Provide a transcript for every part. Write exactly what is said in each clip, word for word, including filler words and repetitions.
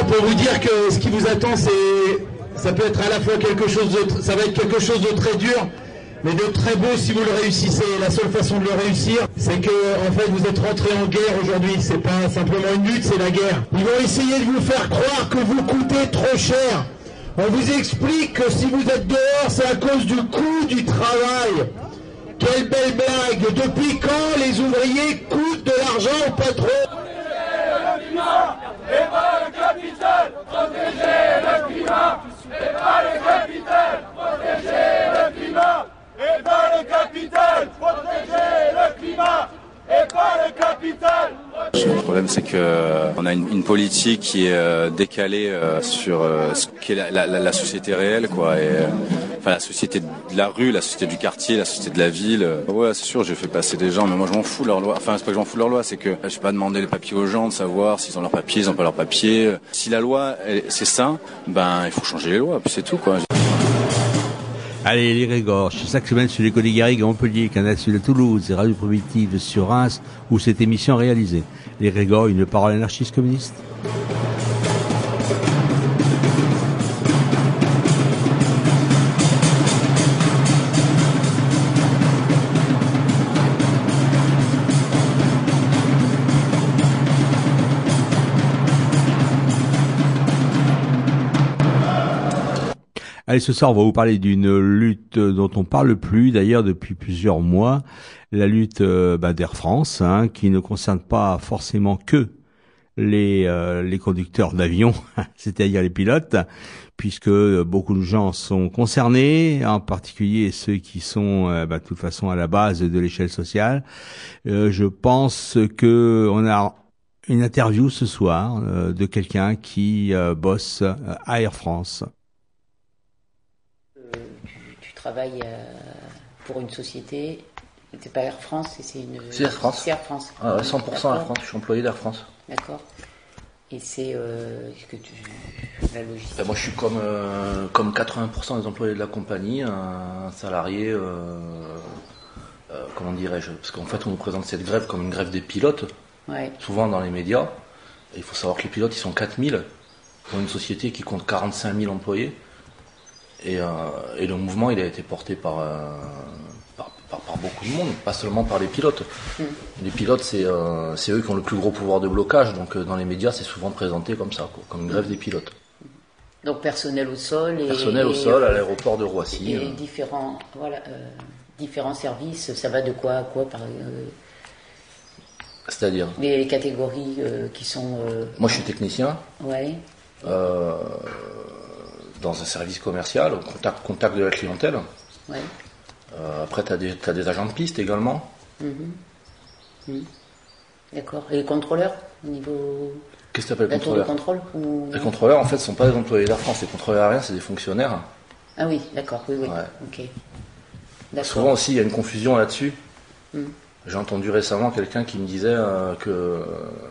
pour vous dire que ce qui vous attend, c'est, ça peut être à la fois quelque chose de, ça va être quelque chose de très dur, mais de très beau si vous le réussissez. La seule façon de le réussir, c'est que, en fait, vous êtes rentré en guerre aujourd'hui. C'est pas simplement une lutte, c'est la guerre. Ils vont essayer de vous faire croire que vous coûtez trop cher. On vous explique que si vous êtes dehors, c'est à cause du coût du travail. Quelle belle blague! Depuis quand les ouvriers coûtent de l'argent au patron? Et pas le capital, protéger le climat. Et pas le capital, protéger le climat. Et pas le capital, protéger le climat. Et pas le capital. Le problème, c'est que on a une, une politique qui est euh, décalée euh, sur euh, ce qu'est la, la, la société réelle, quoi. Et, euh, enfin, la société de la rue, la société du quartier, la société de la ville. Euh, ouais, c'est sûr, j'ai fait passer des gens, mais moi, je m'en fous de leur loi. Enfin, c'est pas que je m'en fous de leur loi, c'est que je vais pas demander les papiers aux gens de savoir s'ils ont leurs papiers, ils ont pas leurs papiers. Si la loi, elle, c'est ça, ben, il faut changer les lois, puis c'est tout, quoi. Allez, les Régorges, chaque semaine sur les Côtes Garrigues à Montpellier, Canal Sud à Toulouse et Radio Primitive sur Reims, où cette émission est réalisée. Les Régorges, une parole anarchiste communiste. Allez, ce soir, on va vous parler d'une lutte dont on parle plus, d'ailleurs, depuis plusieurs mois. La lutte euh, bah, d'Air France, hein, qui ne concerne pas forcément que les, euh, les conducteurs d'avions, c'est-à-dire les pilotes, puisque beaucoup de gens sont concernés, en particulier ceux qui sont, euh, bah, de toute façon, à la base de l'échelle sociale. Euh, je pense que on a une interview ce soir euh, de quelqu'un qui euh, bosse à Air France. Tu travailles euh, pour une société, c'est pas Air France, c'est une. C'est Air France. C'est Air France. Ah ouais, cent pour cent Air France, je suis employé d'Air France. D'accord. Et c'est euh, ce que tu, la logistique. Ben moi je suis comme, euh, comme quatre-vingts pour cent des employés de la compagnie, un salarié, euh, euh, comment dirais-je, parce qu'en fait on nous présente cette grève comme une grève des pilotes, ouais. Souvent dans les médias. Et il faut savoir que les pilotes ils sont quatre mille pour une société qui compte quarante-cinq mille employés. Et, euh, et le mouvement, il a été porté par, euh, par, par, par beaucoup de monde, pas seulement par les pilotes. Mm. Les pilotes, c'est, euh, c'est eux qui ont le plus gros pouvoir de blocage, donc euh, dans les médias, c'est souvent présenté comme ça, quoi, comme une grève des pilotes. Donc personnel au sol et personnel au sol à l'aéroport de Roissy. Et euh. différents, voilà, euh, différents services. Ça va de quoi à quoi par euh, C'est-à-dire les catégories euh, qui sont. Euh, Moi, je suis technicien. Ouais. Euh, dans un service commercial, au contact, contact de la clientèle. Ouais. Euh, après, tu as des, t'as des agents de piste également. Mmh. Mmh. D'accord. Et les contrôleurs au niveau. Qu'est-ce que tu appelles contrôleur contrôle ou... Les contrôleurs, en fait, ne sont pas des employés d'Air France. Les contrôleurs aériens, c'est des fonctionnaires. Ah oui, d'accord. Oui, oui. Ouais. Ok. D'accord. Souvent aussi, il y a une confusion là-dessus. Mmh. J'ai entendu récemment quelqu'un qui me disait euh, que. Euh,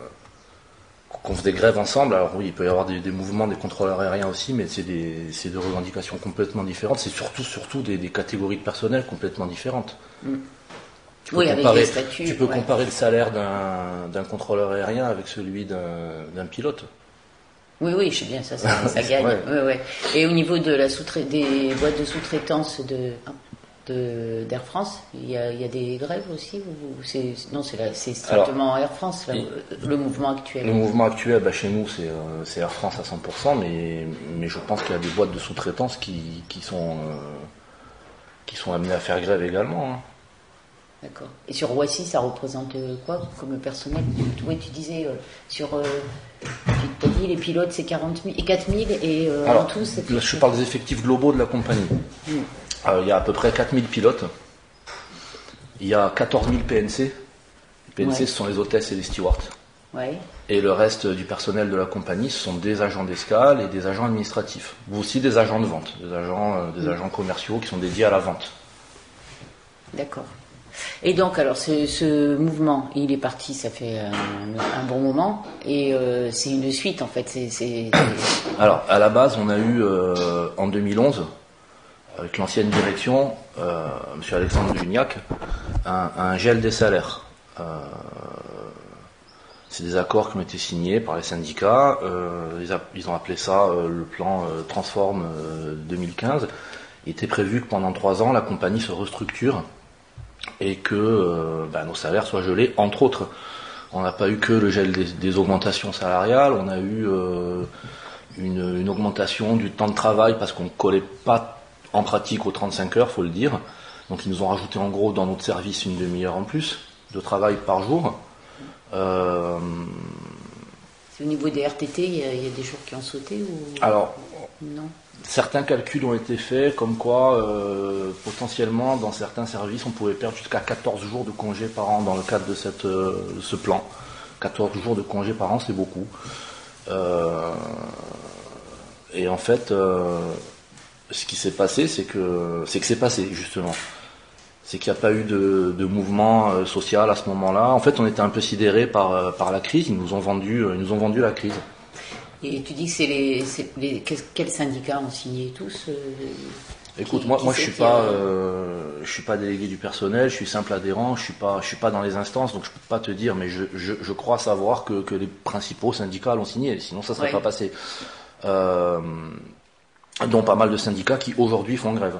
qu'on faisait grève ensemble. Alors oui, il peut y avoir des, des mouvements des contrôleurs aériens aussi, mais c'est des, c'est des revendications complètement différentes. C'est surtout, surtout des, des catégories de personnel complètement différentes. Mm. Tu peux oui, comparer, avec les statuts. Tu peux ouais. comparer le salaire d'un, d'un contrôleur aérien avec celui d'un, d'un pilote. Oui, oui, je sais bien, ça, ça, ça gagne. Ouais. Ouais, ouais. Et au niveau de la sous-trai- des boîtes de sous-traitance de... De, d'Air France, il y, a, il y a des grèves aussi ou c'est, non, c'est, la, c'est strictement Alors, Air France, là, il, le mouvement actuel. Le mouvement actuel, bah, chez nous, c'est, euh, c'est Air France à cent pour cent, mais, mais je pense qu'il y a des boîtes de sous-traitance qui, qui, sont, euh, qui sont amenées à faire grève également. Hein. D'accord. Et sur Roissy, ça représente quoi comme personnel? Oui, tu disais, euh, sur, euh, tu t'as dit, les pilotes, c'est quarante mille, et quatre mille, et euh, Alors, en tout, c'est... Là, je parle des effectifs globaux de la compagnie. Mm. Alors, il y a à peu près quatre mille pilotes, il y a quatorze mille P N C, les P N C ouais. Ce sont les hôtesses et les stewards, ouais. Et le reste du personnel de la compagnie ce sont des agents d'escale et des agents administratifs, ou aussi des agents de vente, des agents, euh, des mmh. agents commerciaux qui sont dédiés à la vente. D'accord. Et donc alors ce, ce mouvement, il est parti, ça fait un, un bon moment, et euh, c'est une suite en fait. C'est, c'est... Alors à la base on a eu euh, en deux mille onze, avec l'ancienne direction, euh, M. Alexandre Dugnac, un, un gel des salaires. Euh, C'est des accords qui ont été signés par les syndicats. Euh, ils, a, ils ont appelé ça euh, le plan euh, Transform euh, deux mille quinze. Il était prévu que pendant trois ans, la compagnie se restructure et que euh, bah, nos salaires soient gelés, entre autres. On n'a pas eu que le gel des, des augmentations salariales, on a eu euh, une, une augmentation du temps de travail parce qu'on ne collait pas en pratique aux trente-cinq heures, faut le dire. Donc ils nous ont rajouté en gros dans notre service une demi-heure en plus de travail par jour. Euh, Au niveau des R T T, il y, a, il y a des jours qui ont sauté ou alors, non? Certains calculs ont été faits comme quoi euh, potentiellement dans certains services on pouvait perdre jusqu'à quatorze jours de congés par an dans le cadre de, cette, euh, de ce plan. quatorze jours de congés par an, c'est beaucoup. Euh, et en fait, euh, ce qui s'est passé, c'est que c'est que c'est passé justement. C'est qu'il n'y a pas eu de, de mouvement euh, social à ce moment-là. En fait, on était un peu sidérés par, euh, par la crise. Ils nous ont vendu, euh, ils nous ont vendu la crise. Et tu dis que c'est les, c'est les quels syndicats ont signé tous euh, Écoute, qui, moi, qui moi, je suis qui pas, a... euh, je suis pas délégué du personnel. Je suis simple adhérent. Je suis pas, je suis pas dans les instances, donc je peux pas te dire. Mais je, je, je crois savoir que, que les principaux syndicats l'ont signé. Sinon, ça serait ouais. pas passé. Euh, dont pas mal de syndicats qui aujourd'hui font grève.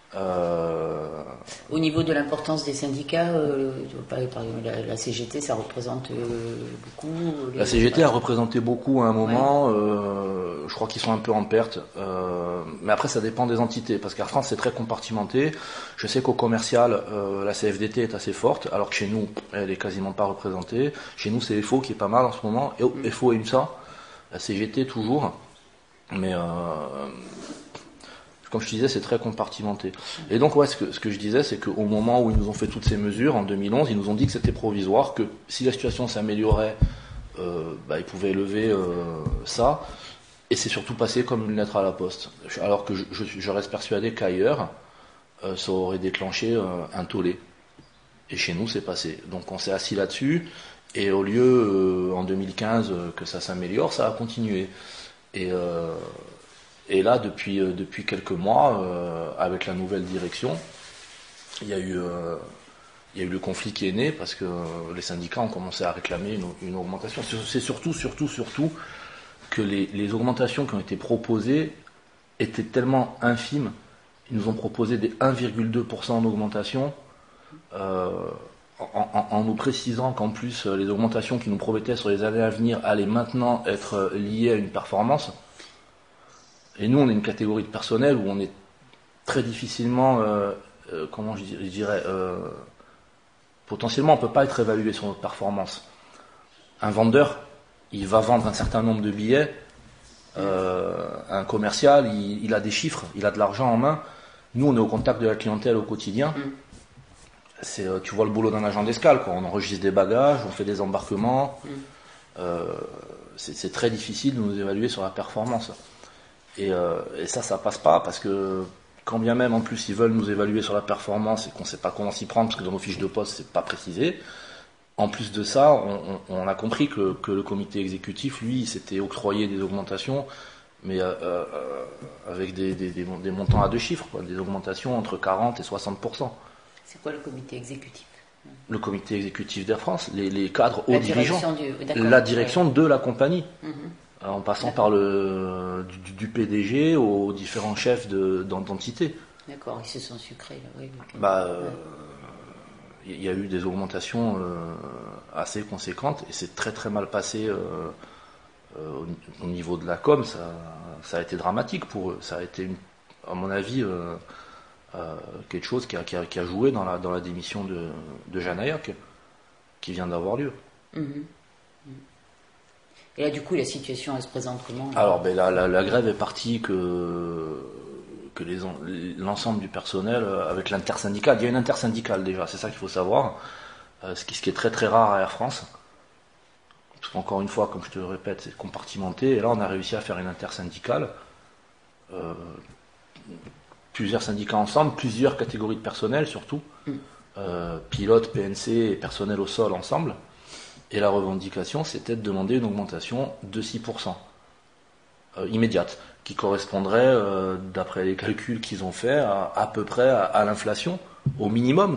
Euh... Au niveau de l'importance des syndicats, euh, par exemple la, la C G T, ça représente euh, beaucoup. Les... La C G T a représenté beaucoup à un moment. Ouais. Euh, je crois qu'ils sont un peu en perte. Euh, mais après, ça dépend des entités, parce qu'Air France c'est très compartimenté. Je sais qu'au commercial, euh, la C F D T est assez forte, alors que chez nous, elle est quasiment pas représentée. Chez nous, c'est F O qui est pas mal en ce moment. Et mm. F O et U N S A, la C G T toujours. Mais euh, comme je te disais, c'est très compartimenté. Et donc, ouais, ce que, ce que je disais, c'est qu'au moment où ils nous ont fait toutes ces mesures, en deux mille onze, ils nous ont dit que c'était provisoire, que si la situation s'améliorait, euh, bah, ils pouvaient lever euh, ça. Et c'est surtout passé comme une lettre à la poste. Alors que je, je, je reste persuadé qu'ailleurs, euh, ça aurait déclenché euh, un tollé. Et chez nous, c'est passé. Donc on s'est assis là-dessus, et au lieu, euh, en deux mille quinze, euh, que ça s'améliore, ça a continué. Et... Euh, Et là, depuis, euh, depuis quelques mois, euh, avec la nouvelle direction, il y a eu, euh, il y a eu le conflit qui est né parce que euh, les syndicats ont commencé à réclamer une, une augmentation. C'est surtout, surtout, surtout que les, les augmentations qui ont été proposées étaient tellement infimes. Ils nous ont proposé des un virgule deux pour cent d'augmentation, euh, en, en, en nous précisant qu'en plus, les augmentations qui nous promettaient sur les années à venir allaient maintenant être liées à une performance. Et nous, on est une catégorie de personnel où on est très difficilement, euh, euh, comment je dirais, euh, potentiellement, on ne peut pas être évalué sur notre performance. Un vendeur, il va vendre un certain nombre de billets. Euh, un commercial, il, il a des chiffres, il a de l'argent en main. Nous, on est au contact de la clientèle au quotidien. C'est, tu vois le boulot d'un agent d'escale, quoi. On enregistre des bagages, on fait des embarquements. Euh, c'est, c'est très difficile de nous évaluer sur la performance. Et, euh, et ça, ça passe pas, parce que quand bien même en plus ils veulent nous évaluer sur la performance et qu'on sait pas comment s'y prendre, parce que dans nos fiches de poste c'est pas précisé, en plus de ça, on, on, on a compris que, que le comité exécutif, lui, il s'était octroyé des augmentations, mais euh, euh, avec des, des, des, des montants à deux chiffres, quoi, des augmentations entre quarante et soixante pour cent. C'est quoi le comité exécutif? Le comité exécutif d'Air France, les, les cadres hauts la dirigeants, du... la direction ouais. de la compagnie. Mm-hmm. En passant par le du, du P D G aux différents chefs de, d'entités. D'accord, ils se sont sucrés là, oui. Okay. Bah, euh, il y a eu des augmentations euh, assez conséquentes et c'est très très mal passé euh, euh, au, au niveau de la com. Ça, ça a été dramatique pour eux. Ça a été, une, à mon avis, euh, euh, quelque chose qui a, qui, a, qui a joué dans la dans la démission de, de Jeanne Ayoc, qui vient d'avoir lieu. Mm-hmm. Et là, du coup, la situation, elle se présente comment? Alors, ben, la, la, la grève est partie que, que les, l'ensemble du personnel, avec l'intersyndicale. Il y a une intersyndicale déjà, c'est ça qu'il faut savoir. Euh, ce, qui, ce qui est très très rare à Air France. Parce qu'encore une fois, comme je te le répète, c'est compartimenté. Et là, on a réussi à faire une intersyndicale. Euh, plusieurs syndicats ensemble, plusieurs catégories de personnel surtout. Mm. Euh, pilotes, P N C et personnel au sol ensemble. Et la revendication, c'était de demander une augmentation de six pour cent euh, immédiate, qui correspondrait, euh, d'après les calculs qu'ils ont faits, à, à peu près à, à l'inflation, au minimum, quoi.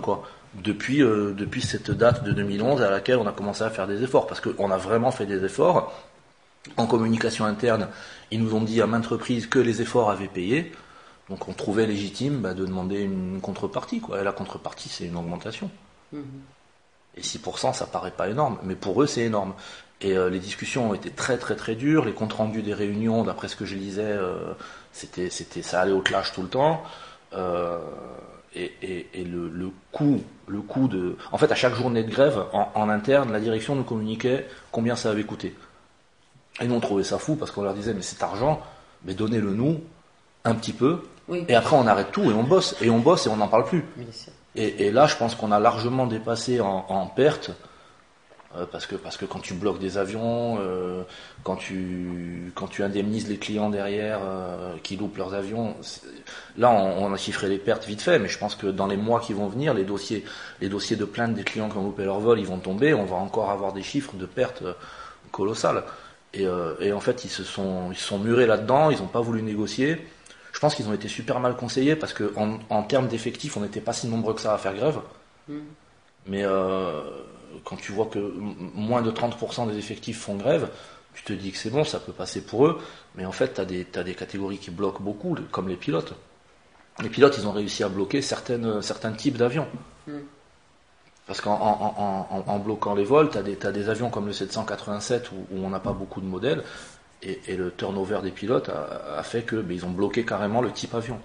depuis, euh, depuis cette date de deux mille onze à laquelle on a commencé à faire des efforts, parce qu'on a vraiment fait des efforts. En communication interne, ils nous ont dit à maintes reprises que les efforts avaient payé, donc on trouvait légitime bah, de demander une contrepartie, quoi. Et la contrepartie, c'est une augmentation. Mmh. Et six pour cent, ça paraît pas énorme, mais pour eux, c'est énorme. Et euh, les discussions ont été très très très dures, les comptes rendus des réunions, d'après ce que je lisais, euh, c'était, c'était, ça allait au clash tout le temps. Euh, et et, et le, le coût, le coût de... En fait, à chaque journée de grève, en, en interne, la direction nous communiquait combien ça avait coûté. Et nous, on trouvait ça fou, parce qu'on leur disait, mais cet argent, mais donnez-le nous, un petit peu, oui. Et après on arrête tout, et on bosse, et on bosse, et on n'en parle plus. Et, et là, je pense qu'on a largement dépassé en, en perte, euh, parce que parce que quand tu bloques des avions, euh, quand tu quand tu indemnises les clients derrière euh, qui loupent leurs avions, là on, on a chiffré les pertes vite fait, mais je pense que dans les mois qui vont venir, les dossiers les dossiers de plainte des clients qui ont loupé leur vol, ils vont tomber, on va encore avoir des chiffres de pertes euh, colossales. Et, euh, et en fait, ils se sont ils se sont murés là-dedans, ils n'ont pas voulu négocier. Je pense qu'ils ont été super mal conseillés parce que en, en termes d'effectifs, on n'était pas si nombreux que ça à faire grève. Mmh. Mais euh, quand tu vois que m- moins de trente pour cent des effectifs font grève, tu te dis que c'est bon, ça peut passer pour eux. Mais en fait, tu as des, t'as des catégories qui bloquent beaucoup, comme les pilotes. Les pilotes, ils ont réussi à bloquer certaines, certains types d'avions. Mmh. Parce qu'en en, en, en, en bloquant les vols, tu as des, t'as des avions comme le sept cent quatre-vingt-sept où, où on n'a pas beaucoup de modèles. Et, et le turnover des pilotes a, a fait que ben, ils ont bloqué carrément le type avion.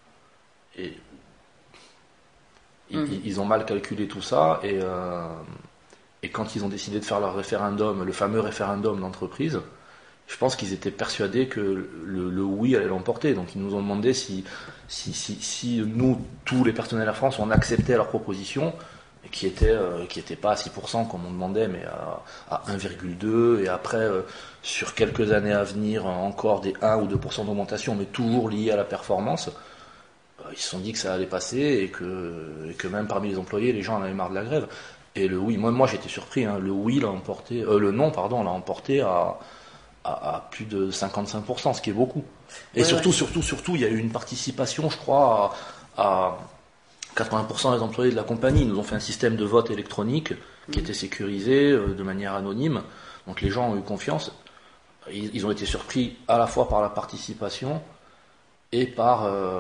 Et mmh. ils, ils ont mal calculé tout ça. Et, euh, et quand ils ont décidé de faire leur référendum, le fameux référendum d'entreprise, je pense qu'ils étaient persuadés que le, le oui allait l'emporter. Donc ils nous ont demandé si, si, si, si nous, tous les personnels Air France, on acceptait leur proposition, qui était euh, qui était pas à six pour cent comme on demandait, mais à, à un virgule deux, et après euh, sur quelques années à venir encore des un ou deux pour cent d'augmentation, mais toujours liés à la performance. Euh, ils se sont dit que ça allait passer et que et que même parmi les employés, les gens en avaient marre de la grève. Et le oui, moi moi j'étais surpris, hein, le oui l'a emporté, euh, le non pardon l'a emporté à, à à plus de cinquante-cinq pour cent, ce qui est beaucoup. Et ouais, surtout ouais. surtout surtout il y a eu une participation, je crois, à, à quatre-vingts pour cent des employés de la compagnie. Ils nous ont fait un système de vote électronique qui mmh. était sécurisé euh, de manière anonyme. Donc les gens ont eu confiance. Ils, ils ont été surpris à la fois par la participation et par, euh,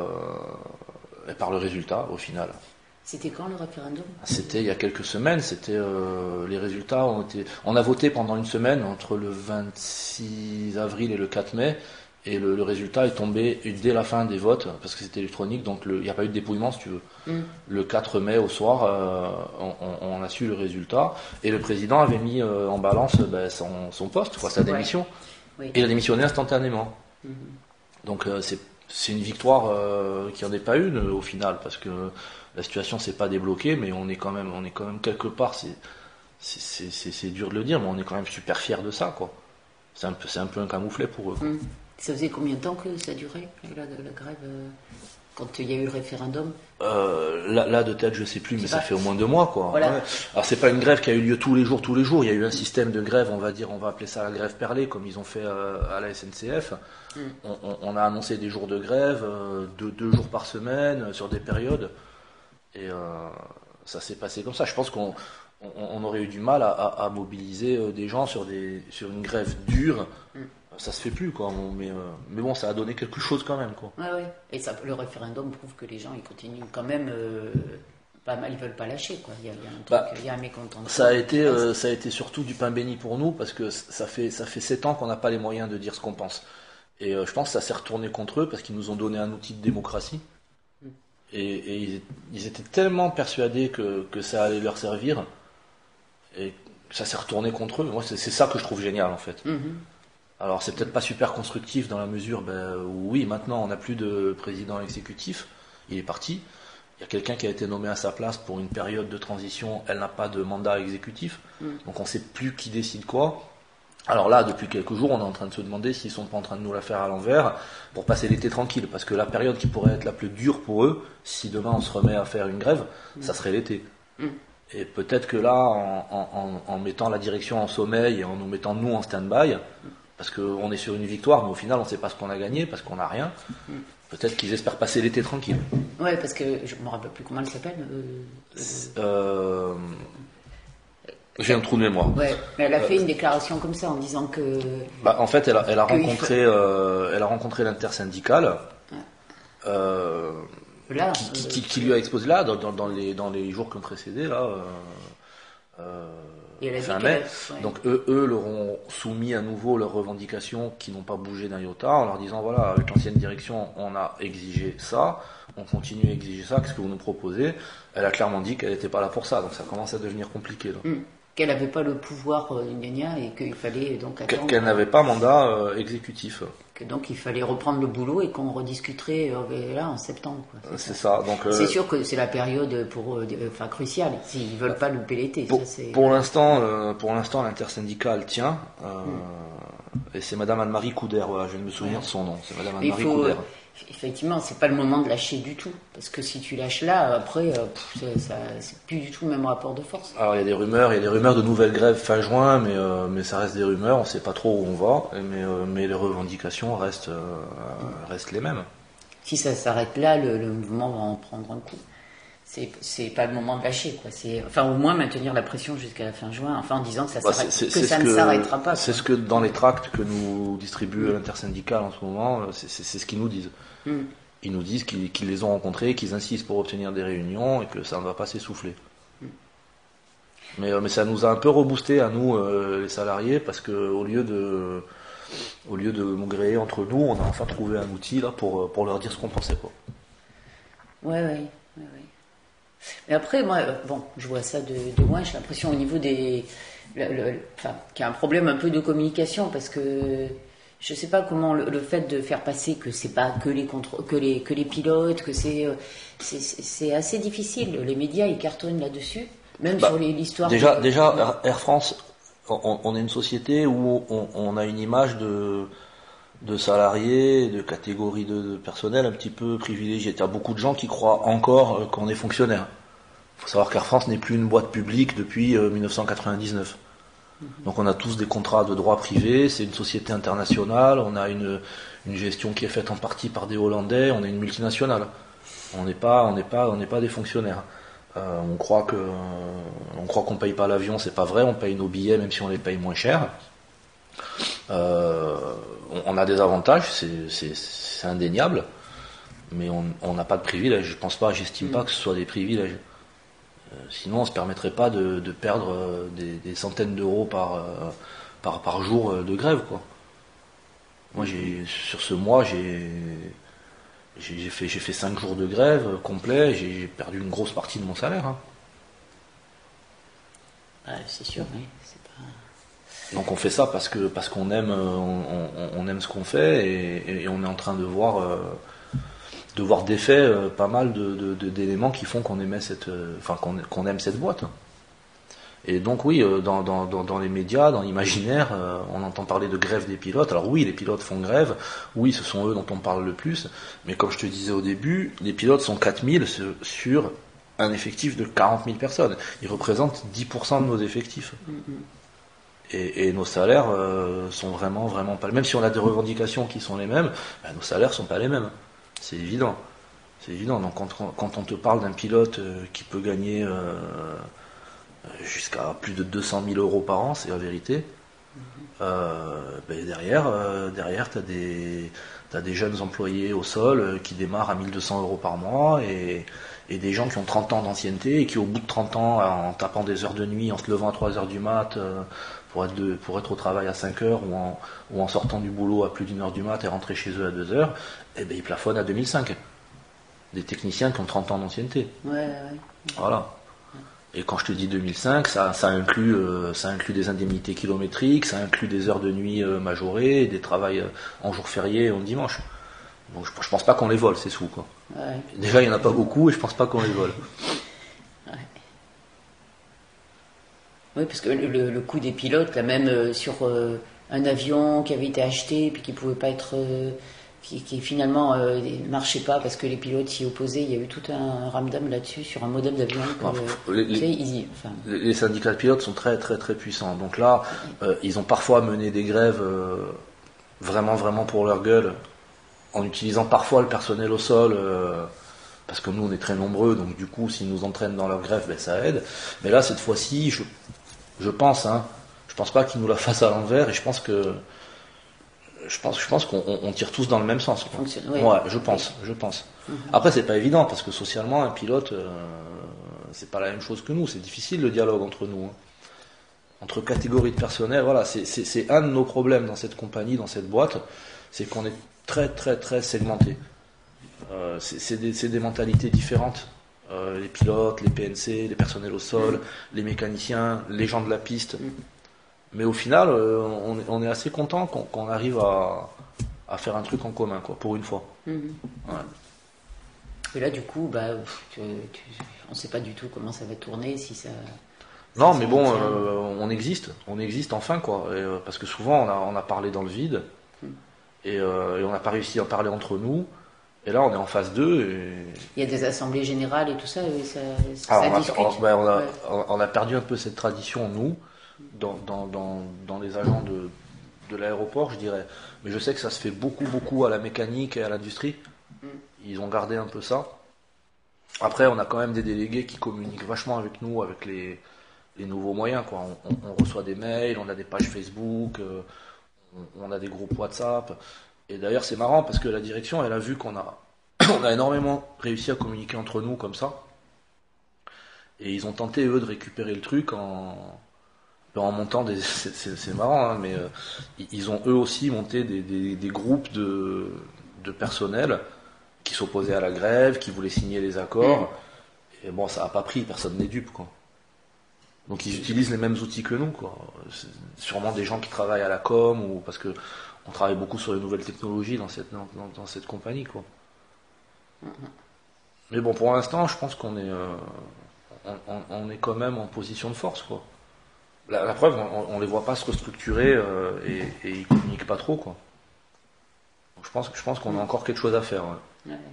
et par le résultat au final. C'était quand le référendum ? C'était il y a quelques semaines. C'était euh, les résultats ont été. On a voté pendant une semaine entre le vingt-six avril et le quatre mai. Et le, le résultat est tombé dès la fin des votes, parce que c'était électronique, donc il n'y a pas eu de dépouillement si tu veux. Mm. Le quatre mai au soir, euh, on, on a su le résultat, et le président avait mis euh, en balance ben, son, son poste, quoi, sa démission, ouais. Oui. Et il a démissionné instantanément. Mm-hmm. Donc euh, c'est, c'est une victoire euh, qui n'en est pas une au final, parce que la situation s'est pas débloquée, mais on est quand même, on est quand même quelque part, c'est, c'est, c'est, c'est, c'est dur de le dire, mais on est quand même super fiers de ça, quoi. C'est un peu, c'est un peu un camouflet pour eux, quoi. Mm. Ça faisait combien de temps que ça durait, la, la grève, euh, quand il y a eu le référendum ? euh, là, là, de tête, je sais plus, mais ça fait au moins deux mois, quoi. Voilà. Ouais. Alors, c'est pas une grève qui a eu lieu tous les jours, tous les jours. Il y a eu un système de grève, on va dire, on va appeler ça la grève perlée, comme ils ont fait euh, à la S N C F. Mm. On, on, on a annoncé des jours de grève, euh, de deux jours par semaine, sur des périodes. Et euh, ça s'est passé comme ça. Je pense qu'on on, on aurait eu du mal à, à, à mobiliser des gens sur, des, sur une grève dure. Mm. Ça se fait plus, quoi. Mais, euh, mais bon, ça a donné quelque chose quand même, quoi. Ouais, ouais. Et ça, le référendum prouve que les gens, ils continuent quand même. Euh, pas mal, ils veulent pas lâcher, quoi. Il y a, il y a un truc, bah, il y a un mécontentement. Ça a été, euh, ça a été surtout du pain béni pour nous, parce que ça fait, ça fait sept ans qu'on n'a pas les moyens de dire ce qu'on pense. Et euh, je pense que ça s'est retourné contre eux parce qu'ils nous ont donné un outil de démocratie. Mm. Et, et ils, ils étaient tellement persuadés que, que ça allait leur servir, et ça s'est retourné contre eux. Moi, c'est, c'est ça que je trouve génial, en fait. Mm-hmm. Alors c'est peut-être pas super constructif dans la mesure ben, où oui, maintenant on n'a plus de président exécutif, il est parti, il y a quelqu'un qui a été nommé à sa place pour une période de transition, elle n'a pas de mandat exécutif, mm. donc on ne sait plus qui décide quoi. Alors là, depuis quelques jours, on est en train de se demander s'ils sont pas en train de nous la faire à l'envers pour passer l'été tranquille, parce que la période qui pourrait être la plus dure pour eux, si demain on se remet à faire une grève, mm. ça serait l'été. Mm. Et peut-être que là, en, en, en mettant la direction en sommeil et en nous mettant nous en stand-by, parce qu'on est sur une victoire, mais au final on ne sait pas ce qu'on a gagné, parce qu'on n'a rien. Mm. Peut-être qu'ils espèrent passer l'été tranquille. Ouais, parce que je ne me rappelle plus comment elle s'appelle. Euh, euh... J'ai un trou de mémoire. Ouais, mais elle a fait une déclaration comme ça en disant que. Bah, en fait, elle a, elle a rencontré, faut... euh, elle a rencontré l'intersyndicale, ouais. euh, là, qui, qui, qui, qui lui a exposé là dans, dans, les, dans les jours qui ont précédé là. Euh, euh, Et elle a fin dit mai. Ouais. Donc eux, eux leur ont soumis à nouveau leurs revendications qui n'ont pas bougé d'un iota en leur disant voilà, avec l'ancienne direction, on a exigé ça, on continue à exiger ça. Qu'est-ce que vous nous proposez? Elle a clairement dit qu'elle n'était pas là pour ça, donc ça commence à devenir compliqué là. Mm. Qu'elle n'avait pas le pouvoir euh, gna gna, et qu'il fallait donc attendre. Qu'elle n'avait pas mandat euh, exécutif. Que donc il fallait reprendre le boulot et qu'on rediscuterait euh, là en septembre. Quoi. C'est, c'est ça. ça. Donc, euh, c'est sûr que c'est la période pour, euh, enfin cruciale. S'ils veulent pas louper l'été. Pour, ça, c'est... pour l'instant, euh, pour l'instant, l'intersyndicale tient. Euh, mm. Et c'est Madame Anne-Marie Couder. Voilà, je viens de me souvenir ouais. de son nom. C'est Madame Anne-Marie faut, Couder. Effectivement, c'est pas le moment de lâcher du tout, parce que si tu lâches là, après, euh, pff, c'est, ça, c'est plus du tout le même rapport de force. Alors il y a des rumeurs, il y a des rumeurs de nouvelles grèves fin juin, mais euh, mais ça reste des rumeurs, on sait pas trop où on va, mais euh, mais les revendications restent euh, mmh. restent les mêmes. Si ça s'arrête là, le, le mouvement va en prendre un coup. C'est c'est pas le moment de lâcher, quoi. C'est enfin au moins maintenir la pression jusqu'à la fin juin, enfin en disant que ça, bah, s'arrête, c'est, que c'est ça ne que, s'arrêtera pas. C'est quoi. ce que dans les tracts que nous distribue mmh. l'intersyndicale en ce moment, c'est, c'est, c'est ce qu'ils nous disent. Mmh. Ils nous disent qu'ils, qu'ils les ont rencontrés, qu'ils insistent pour obtenir des réunions et que ça ne va pas s'essouffler. Mmh. Mais, mais ça nous a un peu reboosté à nous, euh, les salariés, parce qu'au lieu de, au lieu de maugréer entre nous, on a enfin trouvé un outil là pour, pour leur dire ce qu'on pensait pas. Ouais, ouais, ouais, ouais. Mais après, moi, bon, je vois ça de, de loin, j'ai l'impression au niveau des. Le, le, enfin, qu'il y a un problème un peu de communication, parce que. Je ne sais pas comment le, le fait de faire passer que c'est pas que les, contrô- que les, que les pilotes, que c'est, c'est, c'est assez difficile. Les médias, ils cartonnent là-dessus, même bah, sur les, l'histoire. Déjà, de... déjà Air France, on, on est une société où on, on a une image de, de salariés, de catégories de, de personnel un petit peu privilégiée. Il y a beaucoup de gens qui croient encore qu'on est fonctionnaire. Il faut savoir qu'Air France n'est plus une boîte publique depuis euh, dix-neuf cent quatre-vingt-dix-neuf. Donc on a tous des contrats de droit privé, c'est une société internationale, on a une, une gestion qui est faite en partie par des Hollandais, on est une multinationale. On n'est pas, on n'est pas, on n'est pas des fonctionnaires. Euh, on croit que, on croit qu'on paye pas l'avion, c'est pas vrai, on paye nos billets même si on les paye moins cher. Euh, on, on a des avantages, c'est, c'est, c'est indéniable, mais on n'a pas de privilèges. Je pense pas, j'estime pas que ce soit des privilèges. Sinon, on ne se permettrait pas de, de perdre des, des centaines d'euros par, par, par jour de grève, quoi. Moi, j'ai, sur ce mois, j'ai, j'ai, j'ai fait, j'ai fait cinq jours de grève complet, j'ai, j'ai perdu une grosse partie de mon salaire. Hein. Ouais, c'est sûr, oui. C'est pas... Donc on fait ça parce que parce qu'on aime, on, on, on aime ce qu'on fait et, et on est en train de voir. Euh, de voir d'effet euh, pas mal de, de, de, d'éléments qui font qu'on aimait cette, euh, enfin qu'on, qu'on aime cette boîte. Et donc oui, euh, dans, dans, dans les médias, dans l'imaginaire, euh, on entend parler de grève des pilotes. Alors oui, les pilotes font grève, oui, ce sont eux dont on parle le plus, mais comme je te disais au début, les pilotes sont quatre mille sur un effectif de quarante mille personnes. Ils représentent dix pour cent de nos effectifs. Mm-hmm. Et, et nos salaires euh, sont vraiment, vraiment pas les mêmes. Même si on a des revendications qui sont les mêmes, ben, nos salaires sont pas les mêmes. C'est évident, c'est évident. Donc quand, quand on te parle d'un pilote euh, qui peut gagner euh, jusqu'à plus de deux cent mille euros par an, c'est la vérité. Mm-hmm. Euh, ben derrière, euh, derrière, t'as des, t'as des jeunes employés au sol euh, qui démarrent à mille deux cents euros par mois et, et des gens qui ont trente ans d'ancienneté et qui, au bout de trente ans, en tapant des heures de nuit, en se levant à trois heures du mat. Euh, Pour être, de, pour être au travail à cinq heures ou en, ou en sortant du boulot à plus d'une heure du mat et rentrer chez eux à deux heures, eh ben ils plafonnent à deux mille cinq. Des techniciens qui ont trente ans d'ancienneté. Ouais, ouais. Voilà. Et quand je te dis deux mille cinq, ça, ça, inclut, euh, ça inclut des indemnités kilométriques, ça inclut des heures de nuit euh, majorées, et des travails euh, en jour férié et en dimanche. Donc je, je pense pas qu'on les vole, ces sous, quoi. Ouais. Déjà, il n'y en a pas beaucoup et je pense pas qu'on les vole. Oui, parce que le, le, le coût des pilotes, là même euh, sur euh, un avion qui avait été acheté et puis qui ne pouvait pas être euh, qui, qui finalement ne euh, marchait pas parce que les pilotes s'y opposaient. Il y a eu tout un ramdam là-dessus sur un modèle d'avion. Que, enfin, euh, les, les, ils, enfin... les syndicats de pilotes sont très très très puissants. Donc là, euh, ils ont parfois mené des grèves euh, vraiment vraiment pour leur gueule, en utilisant parfois le personnel au sol. Euh, parce que nous on est très nombreux, donc du coup s'ils nous entraînent dans leur grève, ben, ça aide. Mais là cette fois-ci, je, je pense, hein, je pense pas qu'ils nous la fassent à l'envers, et je pense que je pense, je pense qu'on on tire tous dans le même sens. Quoi. Oui. Ouais, je pense, je pense. Mm-hmm. Après c'est pas évident parce que socialement un pilote, euh, c'est pas la même chose que nous, c'est difficile le dialogue entre nous, hein. Entre catégories de personnel, voilà, c'est, c'est, c'est un de nos problèmes dans cette compagnie, dans cette boîte, c'est qu'on est très très très segmenté. Euh, c'est, c'est, des, c'est des mentalités différentes. Euh, les pilotes, les P N C, les personnels au sol, mmh. les mécaniciens, les gens de la piste. Mmh. Mais au final, euh, on, est, on est assez content qu'on, qu'on arrive à, à faire un truc en commun, quoi, pour une fois. Mmh. Ouais. Et là, du coup, bah, tu, tu, on ne sait pas du tout comment ça va tourner, si ça. Non, mais bon, euh, on existe, on existe enfin, quoi. Et, euh, parce que souvent, on a, on a parlé dans le vide, mmh. et, euh, et on n'a pas réussi à parler entre nous. Et là, on est en phase deux. Et... Il y a des assemblées générales et tout ça, et ça, ça, Alors, ça on, discute. A, on, ben, on, a, ouais. on a perdu un peu cette tradition, nous, dans, dans, dans, dans les agents de, de l'aéroport, je dirais. Mais je sais que ça se fait beaucoup, beaucoup à la mécanique et à l'industrie. Mm. Ils ont gardé un peu ça. Après, on a quand même des délégués qui communiquent vachement avec nous, avec les, les nouveaux moyens, quoi. On, on, on reçoit des mails, on a des pages Facebook, euh, on, on a des groupes WhatsApp. Et d'ailleurs, c'est marrant parce que la direction, elle a vu qu'on a, on a énormément réussi à communiquer entre nous comme ça. Et ils ont tenté, eux, de récupérer le truc en, en montant des... C'est, c'est, c'est marrant, hein, mais euh, ils ont eux aussi monté des, des, des groupes de, de personnel qui s'opposaient à la grève, qui voulaient signer les accords. Et bon, ça n'a pas pris, personne n'est dupe, quoi. Donc ils utilisent les mêmes outils que nous, quoi. C'est sûrement des gens qui travaillent à la com, ou parce que on travaille beaucoup sur les nouvelles technologies dans cette, dans, dans, dans cette compagnie, quoi. Mm-hmm. Mais bon, pour l'instant, je pense qu'on est, euh, on, on, on est quand même en position de force, quoi. La, la preuve, on, on les voit pas se restructurer euh, et, et ils communiquent pas trop, quoi. Donc, je pense, je pense qu'on a encore quelque chose à faire. Ouais. Ouais.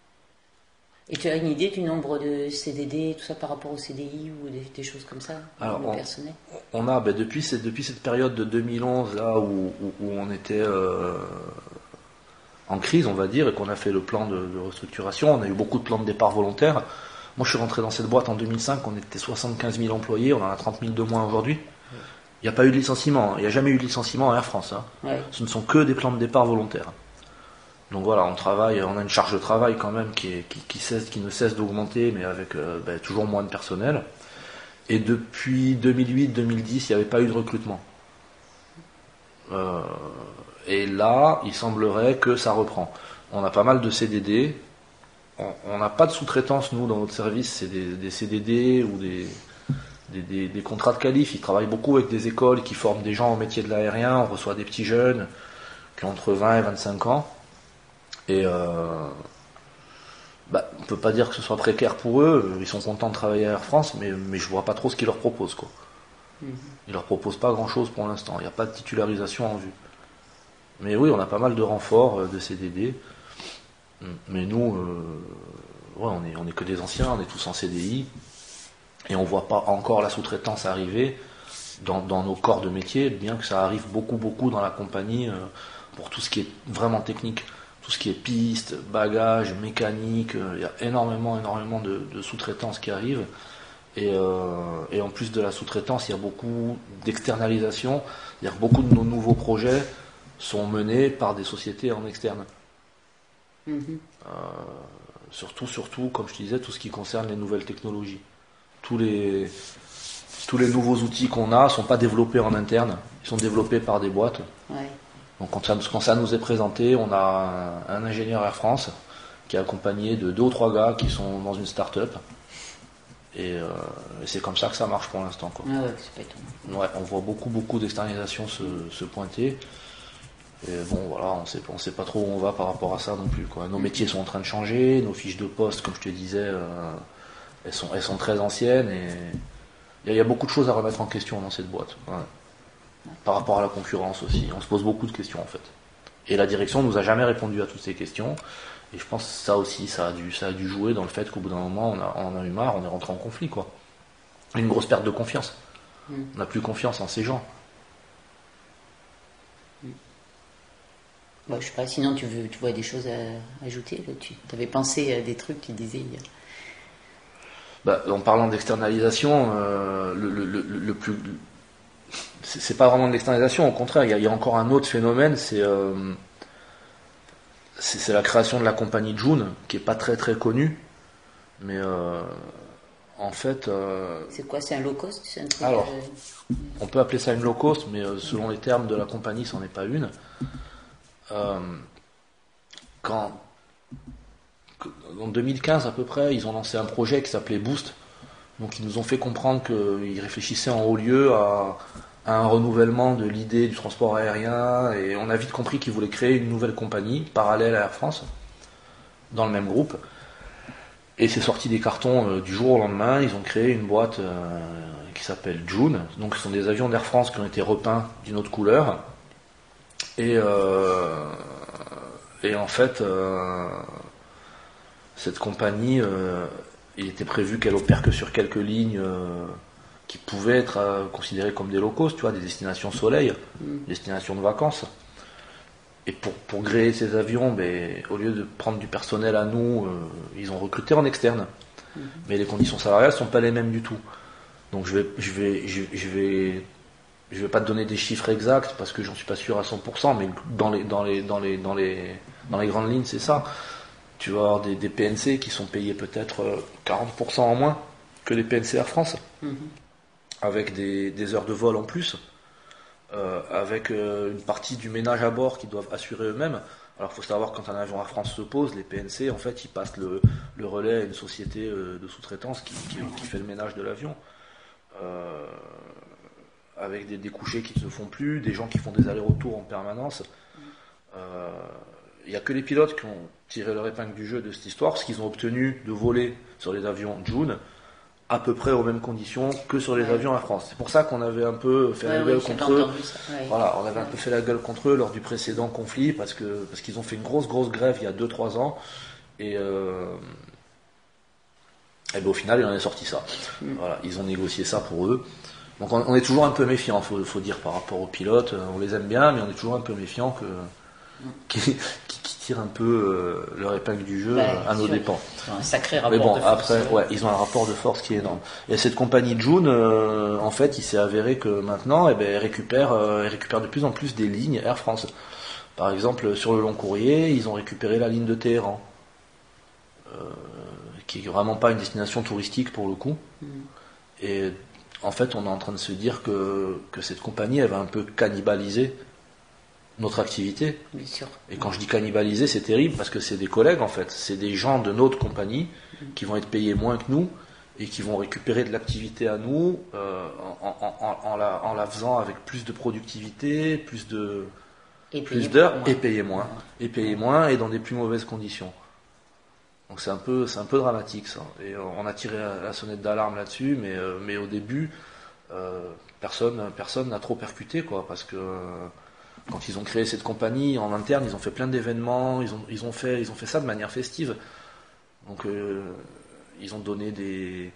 Et tu as une idée du nombre de C D D, tout ça par rapport au C D I ou des, des choses comme ça, alors, le on, personnel on a, ben, depuis, cette, depuis cette période de deux mille onze, là, où, où, où on était euh, en crise, on va dire, et qu'on a fait le plan de, de restructuration, on a eu beaucoup de plans de départ volontaires. Moi, je suis rentré dans cette boîte en deux mille cinq, on était soixante-quinze mille employés, on en a trente mille de moins aujourd'hui. Il n'y a pas eu de licenciement, il n'y a jamais eu de licenciement à Air France. Hein. Ouais. Ce ne sont que des plans de départ volontaires. Donc voilà, on travaille, on a une charge de travail quand même qui, est, qui, qui, cesse, qui ne cesse d'augmenter, mais avec euh, ben, toujours moins de personnel. Et depuis deux mille huit deux mille dix, il n'y avait pas eu de recrutement. Euh, et là, il semblerait que ça reprend. On a pas mal de C D D. On n'a pas de sous-traitance, nous, dans notre service. C'est des, des C D D ou des, des, des, des contrats de qualif. Ils travaillent beaucoup avec des écoles qui forment des gens au métier de l'aérien. On reçoit des petits jeunes qui ont entre vingt et vingt-cinq ans. Et euh, bah, on peut pas dire que ce soit précaire pour eux, ils sont contents de travailler à Air France, mais, mais je vois pas trop ce qu'ils leur proposent, quoi. Mm-hmm. Ils leur proposent pas grand chose pour l'instant, il n'y a pas de titularisation en vue. Mais oui, on a pas mal de renforts de C D D, mais nous, euh, ouais, on est, on est que des anciens, on est tous en C D I, et on voit pas encore la sous-traitance arriver dans, dans nos corps de métier, bien que ça arrive beaucoup, beaucoup dans la compagnie, euh, pour tout ce qui est vraiment technique. Tout ce qui est piste, bagages, mécanique, il euh, y a énormément, énormément de, de sous-traitance qui arrivent. Et, euh, et en plus de la sous-traitance, il y a beaucoup d'externalisation. C'est-à-dire que beaucoup de nos nouveaux projets sont menés par des sociétés en externe. Mm-hmm. Euh, surtout, surtout, comme je te disais, tout ce qui concerne les nouvelles technologies. Tous les, tous les nouveaux outils qu'on a ne sont pas développés en interne, ils sont développés par des boîtes. Ouais. Donc quand ça, quand ça nous est présenté, on a un, un ingénieur Air France qui est accompagné de deux ou trois gars qui sont dans une start-up. Et, euh, et c'est comme ça que ça marche pour l'instant, quoi. Ah ouais, c'est pas étonnant. Ouais, on voit beaucoup, beaucoup d'externalisations se, se pointer. Et bon, voilà, on sait, on sait pas trop où on va par rapport à ça non plus, quoi. Nos métiers sont en train de changer, nos fiches de poste, comme je te disais, euh, elles sont, elles sont très anciennes et il y, y a beaucoup de choses à remettre en question dans cette boîte. Ouais. Par rapport à la concurrence aussi, on se pose beaucoup de questions en fait. Et la direction nous a jamais répondu à toutes ces questions. Et je pense que ça aussi, ça a dû, ça a dû jouer dans le fait qu'au bout d'un moment, on, a, on en a eu marre, on est rentré en conflit, quoi. Une grosse perte de confiance. Mm. On n'a plus confiance en ces gens. Mm. Bon, je sais pas, sinon tu, veux, tu vois des choses à ajouter. Tu avais pensé à des trucs qui disaient... Bah, en parlant d'externalisation, euh, le, le, le, le plus... C'est, c'est pas vraiment de l'externalisation, au contraire, il y, y a encore un autre phénomène, c'est... Euh, C'est, c'est la création de la compagnie June, qui est pas très très connue, mais euh, en fait... Euh, c'est quoi, c'est un low cost, c'est un truc, alors, euh... on peut appeler ça une low cost, mais euh, selon les termes de la compagnie, c'en est pas une. Euh, quand, en deux mille quinze à peu près, ils ont lancé un projet qui s'appelait Boost, donc ils nous ont fait comprendre qu'ils réfléchissaient en haut lieu à... à un renouvellement de l'idée du transport aérien, et on a vite compris qu'ils voulaient créer une nouvelle compagnie parallèle à Air France dans le même groupe, et c'est sorti des cartons euh, du jour au lendemain. Ils ont créé une boîte euh, qui s'appelle June, donc ce sont des avions d'Air France qui ont été repeints d'une autre couleur, et, euh, et en fait euh, cette compagnie euh, il était prévu qu'elle opère que sur quelques lignes euh, qui pouvaient être euh, considérées comme des low cost, tu vois, des destinations soleil, mm. destinations de vacances. Et pour, pour gréer ces avions, ben, au lieu de prendre du personnel à nous, euh, ils ont recruté en externe. Mm. Mais les conditions salariales sont pas les mêmes du tout. Donc je vais, je vais, je, je vais, je vais pas te donner des chiffres exacts parce que j'en suis pas sûr à cent pour cent, mais dans les, dans les, dans les, dans les, dans les grandes lignes, c'est ça. Tu vas avoir des, des P N C qui sont payés peut-être quarante pour cent en moins que les P N C Air France. Mm. Avec des, des heures de vol en plus, euh, avec euh, une partie du ménage à bord qu'ils doivent assurer eux-mêmes. Alors il faut savoir, quand un avion Air France se pose, les P N C, en fait, ils passent le, le relais à une société euh, de sous-traitance qui, qui, qui fait le ménage de l'avion, euh, avec des découchés qui ne se font plus, des gens qui font des allers-retours en permanence. Il euh, n'y a que les pilotes qui ont tiré leur épingle du jeu de cette histoire, parce qu'ils ont obtenu de voler sur les avions June à peu près aux mêmes conditions que sur les ouais. avions Air France. C'est pour ça qu'on avait un peu fait ouais, la gueule oui, contre eux. Ouais. Voilà, on avait un peu fait la gueule contre eux lors du précédent conflit, parce que parce qu'ils ont fait une grosse grosse grève il y a deux trois ans, et, euh, et ben au final il en est sorti ça. Mm. Voilà, ils ont négocié ça pour eux. Donc on, on est toujours un peu méfiant, faut faut dire, par rapport aux pilotes. On les aime bien, mais on est toujours un peu méfiant que mm. qui, qui, qui tirent un peu euh, leur épingle du jeu bah, à nos sûr. dépens. Un sacré rapport mais bon, de force. Après, ouais, ils ont un rapport de force qui est énorme. Et cette compagnie June, euh, en fait, il s'est avéré que maintenant, eh ben, elle récupère, euh, elle récupère de plus en plus des lignes Air France. Par exemple, sur le long courrier, ils ont récupéré la ligne de Téhéran, euh, qui est vraiment pas une destination touristique pour le coup. Mm. Et en fait, on est en train de se dire que, que cette compagnie, elle va un peu cannibaliser notre activité. Bien sûr. Et quand je dis cannibaliser, c'est terrible parce que c'est des collègues en fait, c'est des gens de notre compagnie mmh. qui vont être payés moins que nous et qui vont récupérer de l'activité à nous euh, en, en, en, en, la, en la faisant avec plus de productivité, plus de et plus d'heures moins. et payer moins, mmh. et payer moins et dans des plus mauvaises conditions. Donc c'est un peu c'est un peu dramatique ça. Et on a tiré la, la sonnette d'alarme là-dessus, mais euh, mais au début euh, personne personne n'a trop percuté quoi, parce que euh, quand ils ont créé cette compagnie en interne, ils ont fait plein d'événements, ils ont, ils ont, fait, ils ont fait ça de manière festive. Donc euh, ils ont donné des,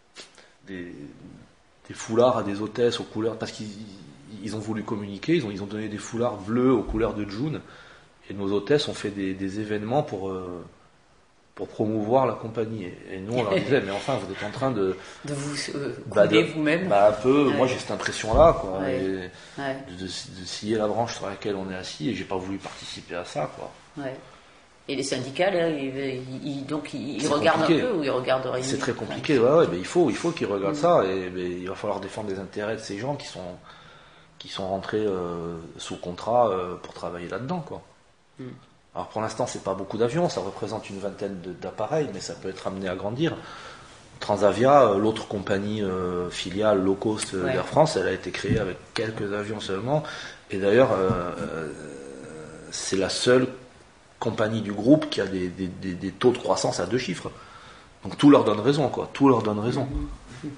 des, des foulards à des hôtesses aux couleurs, parce qu'ils ils ont voulu communiquer, ils ont, ils ont donné des foulards bleus aux couleurs de June, et nos hôtesses ont fait des, des événements pour, euh, pour promouvoir la compagnie. Et, et nous on leur disait, mais enfin vous êtes en train de... De vous euh, bah couler vous-même. Bah un peu, ouais. Moi j'ai cette impression-là, quoi. Ouais. Et ouais. De, de, de scier la branche sur laquelle on est assis, et j'ai pas voulu participer à ça, quoi. Ouais. Et les syndicats, là, ils, ils, donc ils, ils regardent compliqué. un peu ou ils regardent rien. C'est très compliqué, ouais, ouais, mais il faut, il faut qu'ils regardent mmh. ça, et mais il va falloir défendre les intérêts de ces gens qui sont, qui sont rentrés euh, sous contrat euh, pour travailler là-dedans, quoi. Mmh. Alors pour l'instant, c'est pas beaucoup d'avions, ça représente une vingtaine de, d'appareils, mais ça peut être amené à grandir. Transavia, l'autre compagnie euh, filiale low cost euh, ouais. d'Air France, elle a été créée avec quelques avions seulement, et d'ailleurs, euh, euh, c'est la seule compagnie du groupe qui a des, des, des, des taux de croissance à deux chiffres. Donc tout leur donne raison, quoi. Tout leur donne raison. Mmh.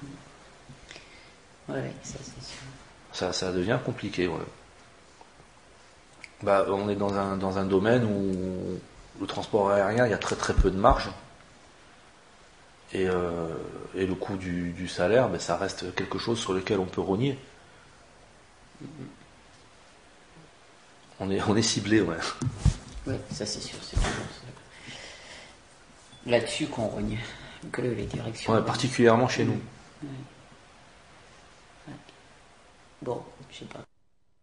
Ouais, ça c'est sûr. Ça, ça devient compliqué, ouais. Bah, on est dans un, dans un domaine où le transport aérien, il y a très très peu de marge. Et, euh, et le coût du, du salaire, ben, ça reste quelque chose sur lequel on peut rogner. On est, on est ciblé, ouais. Oui, ça c'est sûr, c'est toujours là-dessus qu'on rogne, que les directions. Ouais, particulièrement chez nous. Ouais. Ouais. Bon, je sais pas.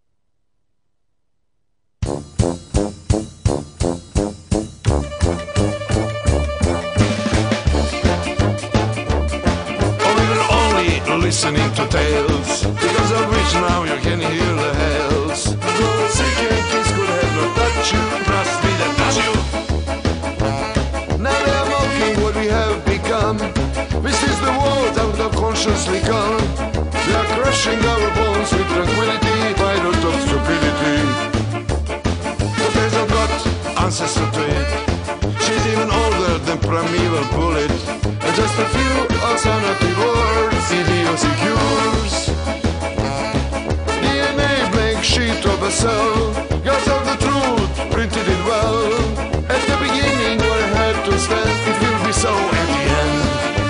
Listening to tales, because I'm rich now, you can hear the hells. Sick and kiss could have not touched you, trust me, that does you. Now they are mocking what we have become. This is the world out of consciously gone. They are crushing our bones with tranquility, by not of stupidity. But there's no God, ancestor to it. She's even older than primeval bullet. And just a few alternative words, idiosyncures. D N A blank sheet of a cell, gods of the truth, printed it well. At the beginning where I had to stand, it will be so at the end.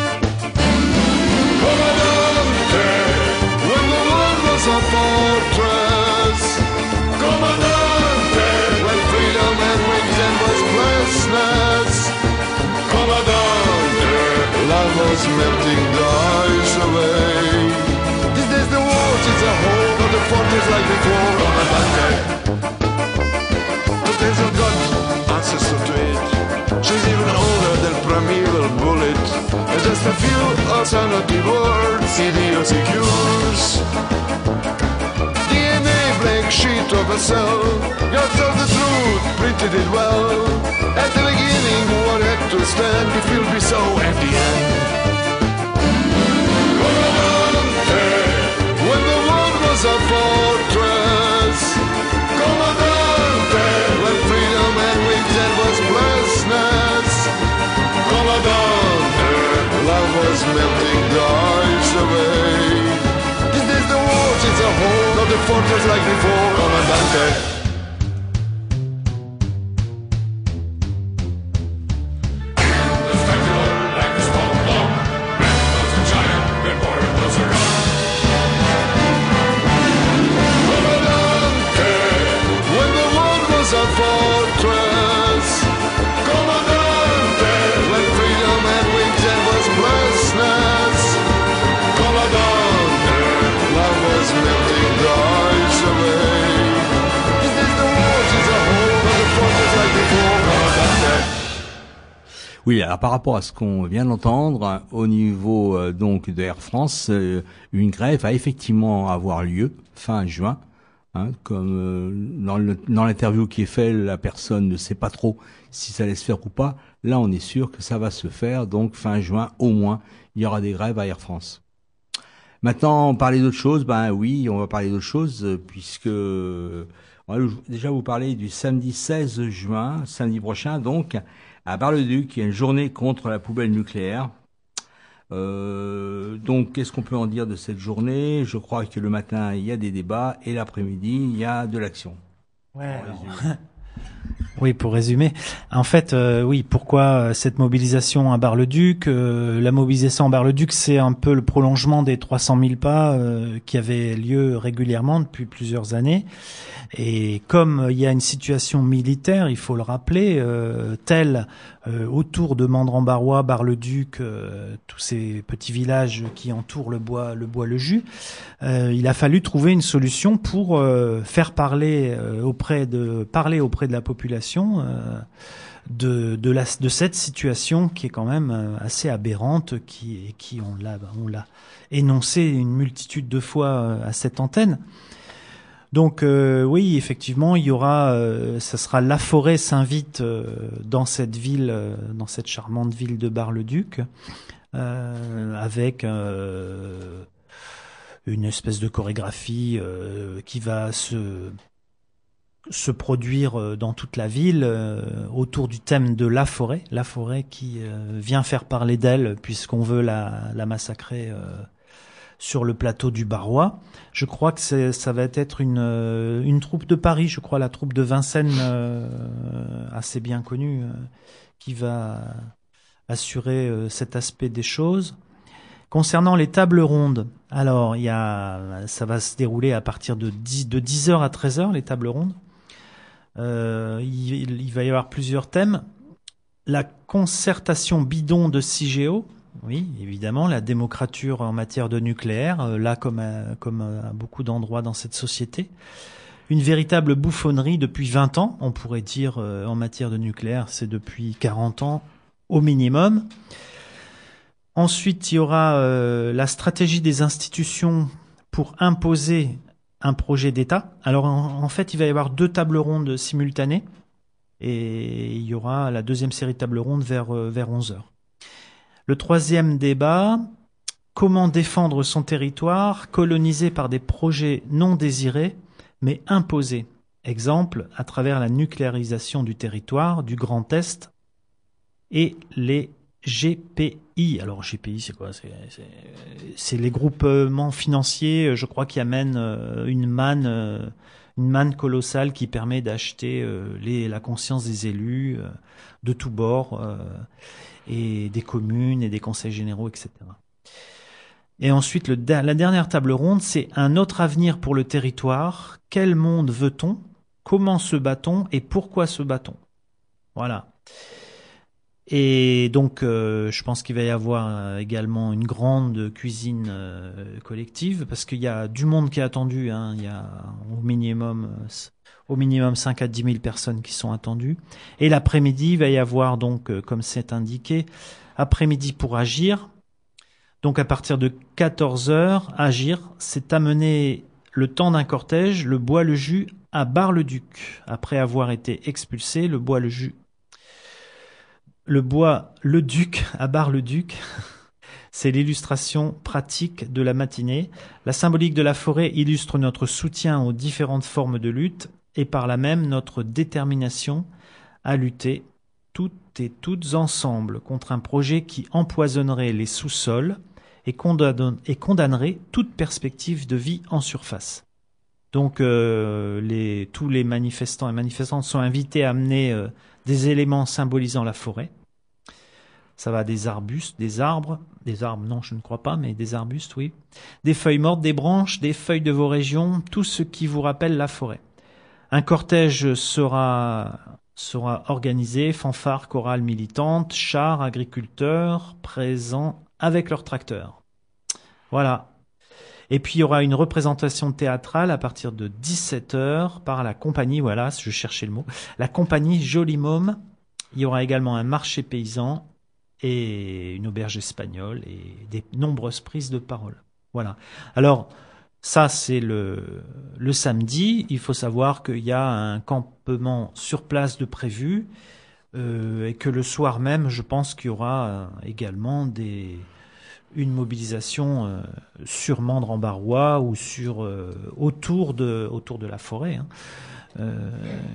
Comandante, when the world was a fortress. Comandante, when freedom had wings and was blessedness. Comandante, love was melting the ice away. These days the world is a whole, not the fortress like before. Comandante, but there's a God, ancestor to it. She's even older than primeval bullet. And just a few alternative words, idiosyncures. D N A blank sheet of a cell, gods of the truth, printed it well. At the beginning, what had to stand, it will be so at the end. Comandante, when the world was a fortress. Comandante, when freedom had wings and was blessedness. Comandante, love was melting the ice away. This is the world, it's a whole, not the fortress like before. Comandante. Oui, alors par rapport à ce qu'on vient d'entendre, au niveau euh, donc de Air France, euh, une grève va effectivement avoir lieu fin juin. Hein, comme euh, dans, le, dans l'interview qui est faite, la personne ne sait pas trop si ça allait se faire ou pas. Là, on est sûr que ça va se faire. Donc fin juin, au moins, il y aura des grèves à Air France. Maintenant, parler d'autre chose, ben oui, on va parler d'autre chose, puisque on va déjà vous parler du samedi seize juin, samedi prochain, donc, à Bar-le-Duc, il y a une journée contre la poubelle nucléaire. Euh, donc, qu'est-ce qu'on peut en dire de cette journée? Je crois que le matin, il y a des débats, et l'après-midi, il y a de l'action. Ouais. Oui, pour résumer, en fait, euh, oui, pourquoi cette mobilisation à Bar-le-Duc? euh, La mobilisation à Bar-le-Duc, c'est un peu le prolongement des trois cent mille pas euh, qui avaient lieu régulièrement depuis plusieurs années. Et comme il y a une situation militaire, il faut le rappeler, euh, telle euh, autour de Mandran-Barrois, Bar-le-Duc, euh, tous ces petits villages qui entourent le bois, le bois le jus, euh, il a fallu trouver une solution pour euh, faire parler euh, auprès de parler auprès de la population euh, de de la de cette situation qui est quand même assez aberrante, qui qui on l'a on l'a énoncé une multitude de fois à cette antenne. Donc euh, oui, effectivement, il y aura, euh, ça sera La Forêt s'invite euh, dans cette ville, euh, dans cette charmante ville de Bar-le-Duc, euh, avec euh, une espèce de chorégraphie euh, qui va se se produire dans toute la ville euh, autour du thème de la forêt, la forêt qui euh, vient faire parler d'elle puisqu'on veut la, la massacrer. Euh, sur le plateau du Barrois. Je crois que c'est, ça va être une, euh, une troupe de Paris, je crois, la troupe de Vincennes, euh, assez bien connue, euh, qui va assurer euh, cet aspect des choses. Concernant les tables rondes, alors il y a, ça va se dérouler à partir de dix, de dix heures à treize heures, les tables rondes. Euh, il, il va y avoir plusieurs thèmes. La concertation bidon de Cigéo, oui, évidemment, la démocrature en matière de nucléaire, euh, là comme à, comme à beaucoup d'endroits dans cette société. Une véritable bouffonnerie depuis vingt ans, on pourrait dire euh, en matière de nucléaire, c'est depuis quarante ans au minimum. Ensuite, il y aura euh, la stratégie des institutions pour imposer un projet d'État. Alors en, en fait, il va y avoir deux tables rondes simultanées et il y aura la deuxième série de tables rondes vers, euh, vers onze heures. Le troisième débat, comment défendre son territoire colonisé par des projets non désirés mais imposés. Exemple, à travers la nucléarisation du territoire, du Grand Est et les G P I. Alors G P I, c'est quoi? C'est, c'est, c'est les groupements financiers, je crois, qui amènent une manne, une manne colossale qui permet d'acheter les, la conscience des élus de tous bords, et des communes et des conseils généraux, et cetera. Et ensuite, le, la dernière table ronde, c'est un autre avenir pour le territoire. Quel monde veut-on? Comment se bat-on? Et pourquoi se bat-on? Voilà. Et donc, euh, je pense qu'il va y avoir euh, également une grande cuisine euh, collective, parce qu'il y a du monde qui est attendu. Hein. Il y a au minimum, euh, au minimum cinq à dix mille personnes qui sont attendues. Et l'après-midi, il va y avoir donc, euh, comme c'est indiqué, après-midi pour agir. Donc, à partir de quatorze heures, agir, c'est amener le temps d'un cortège, le Bois-le-Jus à Bar-le-Duc. Après avoir été expulsé, le Bois-le-Jus Le bois Le Duc à Bar-le-Duc, c'est l'illustration pratique de la matinée. La symbolique de la forêt illustre notre soutien aux différentes formes de lutte et par là même notre détermination à lutter toutes et toutes ensemble contre un projet qui empoisonnerait les sous-sols et condamnerait toute perspective de vie en surface. Donc euh, les, tous les manifestants et manifestantes sont invités à amener euh, des éléments symbolisant la forêt. Ça va des arbustes, des arbres, des arbres, non, je ne crois pas, mais des arbustes, oui. Des feuilles mortes, des branches, des feuilles de vos régions, tout ce qui vous rappelle la forêt. Un cortège sera, sera organisé, fanfare, chorale militante, chars, agriculteurs, présents avec leurs tracteurs. Voilà. Et puis il y aura une représentation théâtrale à partir de dix-sept heures par la compagnie, voilà, je cherchais le mot, la compagnie Joli Môme. Il y aura également un marché paysan et une auberge espagnole et des nombreuses prises de parole. Voilà. Alors, ça c'est le, le samedi. Il faut savoir qu'il y a un campement sur place de prévu euh, et que le soir même, je pense qu'il y aura euh, également des... une mobilisation euh, sur Mandres-en-Barrois ou sur euh, autour de autour de la forêt, hein, euh,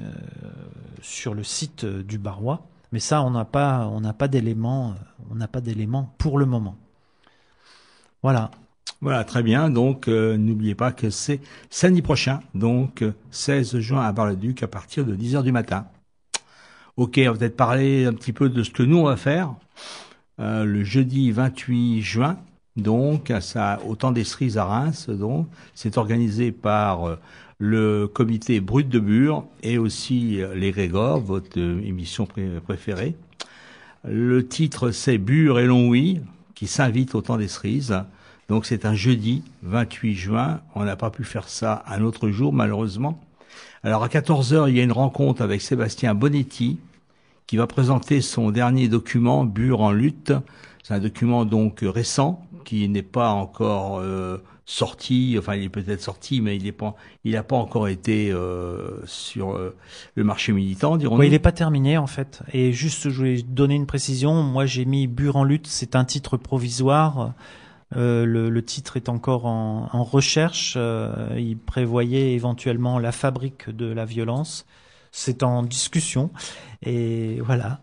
sur le site du Barrois. Mais ça, on n'a pas on n'a pas d'éléments, on n'a pas d'éléments pour le moment. Voilà. Voilà, très bien. Donc, euh, n'oubliez pas que c'est samedi prochain, donc seize juin à Bar-le-Duc à partir de dix heures du matin. Ok, on va peut-être parler un petit peu de ce que nous on va faire. Euh, le jeudi vingt-huit juin, donc, à ça, au Temps des Cerises à Reims, donc, c'est organisé par euh, le comité Brut de Bure et aussi euh, les Grégor, votre euh, émission pré- préférée. Le titre, c'est Bure et Longwy, qui s'invite au Temps des Cerises. Donc, c'est un jeudi vingt-huit juin. On n'a pas pu faire ça un autre jour, malheureusement. Alors, à quatorze heures, il y a une rencontre avec Sébastien Bonetti, qui va présenter son dernier document, Bure en lutte. C'est un document donc récent, qui n'est pas encore euh, sorti, enfin il est peut-être sorti, mais il n'est pas, il n'a pas encore été euh, sur euh, le marché militant, dirons-nous. Oui, il n'est pas terminé en fait. Et juste, je voulais donner une précision. Moi, j'ai mis Bure en lutte. C'est un titre provisoire. Euh, le, le titre est encore en, en recherche. Euh, il prévoyait éventuellement la fabrique de la violence. C'est en discussion. Et voilà.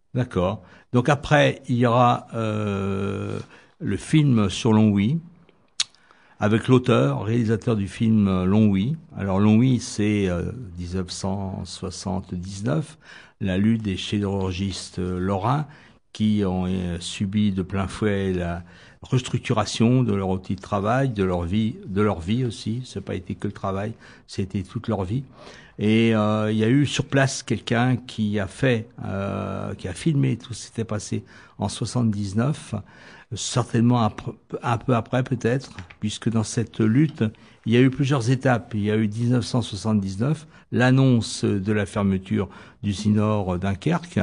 D'accord. Donc après, il y aura euh, le film sur Longwy, avec l'auteur, réalisateur du film euh, Longwy. Alors Longwy, c'est euh, dix-neuf cent soixante-dix-neuf, la lutte des chirurgistes euh, lorrains qui ont euh, subi de plein fouet la restructuration de leur outil de travail, de leur vie, de leur vie aussi. Ça n'a pas été que le travail, c'était toute leur vie. Et euh, il y a eu sur place quelqu'un qui a fait, euh, qui a filmé tout ce qui s'était passé en soixante-dix-neuf, certainement un, un peu après peut-être, puisque dans cette lutte, il y a eu plusieurs étapes. Il y a eu dix-neuf cent soixante-dix-neuf, l'annonce de la fermeture d'Usinor Dunkerque,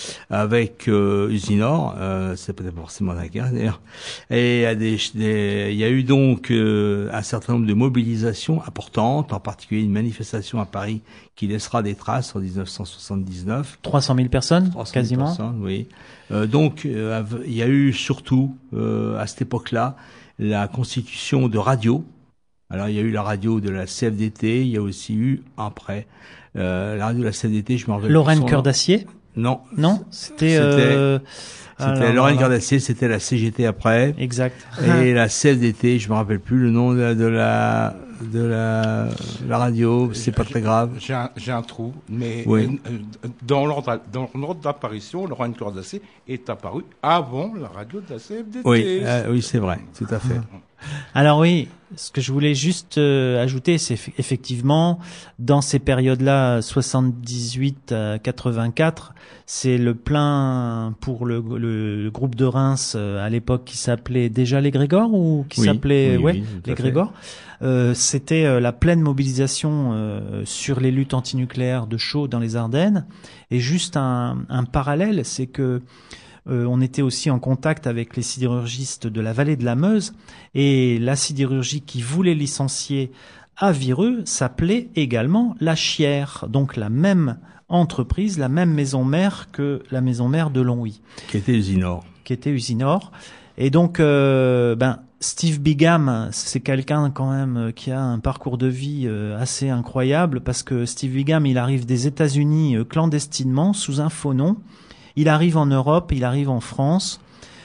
avec euh, Usinor, euh, c'est peut-être forcément Dunkerque d'ailleurs, et il y a, des, des, il y a eu donc euh, un certain nombre de mobilisations importantes, en particulier une manifestation à Paris qui laissera des traces en dix-neuf cent soixante-dix-neuf. trois cent mille personnes, trois cent mille quasiment. Personnes, oui. Euh, donc, euh, il y a eu surtout, euh, à cette époque-là, la constitution de radios. Alors, il y a eu la radio de la C F D T, il y a aussi eu, après, euh, la radio de la C F D T, je me rappelle. Lorraine Cœur d'Acier? Non. Non, c'était... Euh... C'était Lorraine Cœur d'Acier, c'était la C G T après. Exact. Et la C F D T, je me rappelle plus le nom de la de la, de la, la radio, c'est pas très grave. J'ai un, j'ai un trou, mais oui. euh, dans l'ordre dans l'ordre d'apparition, Lorraine Cœur d'Acier est apparue avant la radio de la C F D T. Oui, euh, oui, c'est vrai, tout à fait. Alors oui, ce que je voulais juste euh, ajouter, c'est effectivement, dans ces périodes-là, soixante-dix-huit à quatre-vingt-quatre, c'est le plein pour le, le, le groupe de Reims euh, à l'époque qui s'appelait déjà les Grégor ou qui oui, s'appelait oui, ouais oui, les Grégor. Euh, c'était euh, la pleine mobilisation euh, sur les luttes antinucléaires de Chaux dans les Ardennes. Et juste un, un parallèle, c'est que Euh, on était aussi en contact avec les sidérurgistes de la vallée de la Meuse, et la sidérurgie qui voulait licencier à Vireux s'appelait également la Chière, donc la même entreprise, la même maison mère que la maison mère de Longwy. Qui était Usinor. Qui était Usinor. Et donc, euh, ben, Steve Bigham, c'est quelqu'un quand même qui a un parcours de vie euh, assez incroyable, parce que Steve Bigham, il arrive des États-Unis euh, clandestinement, sous un faux nom. Il arrive en Europe, il arrive en France,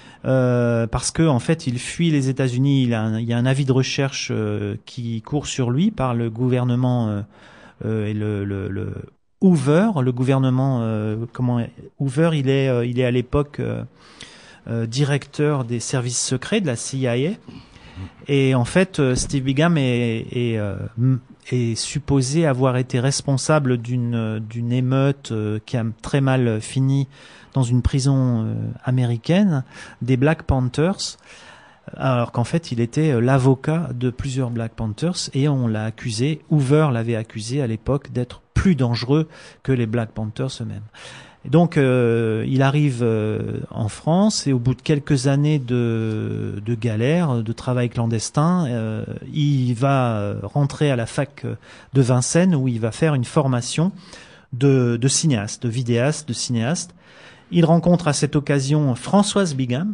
euh, parce que en fait, il fuit les États-Unis. Il, a un, il y a un avis de recherche euh, qui court sur lui par le gouvernement euh, euh, et le, le, le Hoover, le gouvernement euh, comment Hoover, il est euh, il est à l'époque euh, euh, directeur des services secrets de la C I A. Et en fait, euh, Steve Bigham est, est, euh, est supposé avoir été responsable d'une d'une émeute euh, qui a très mal fini dans une prison euh, américaine, des Black Panthers, alors qu'en fait il était l'avocat de plusieurs Black Panthers, et on l'a accusé, Hoover l'avait accusé à l'époque d'être plus dangereux que les Black Panthers eux-mêmes. Et donc euh, il arrive euh, en France, et au bout de quelques années de, de galère, de travail clandestin, euh, il va rentrer à la fac de Vincennes, où il va faire une formation de, de cinéaste, de vidéaste, de cinéaste. Il rencontre à cette occasion Françoise Bigham,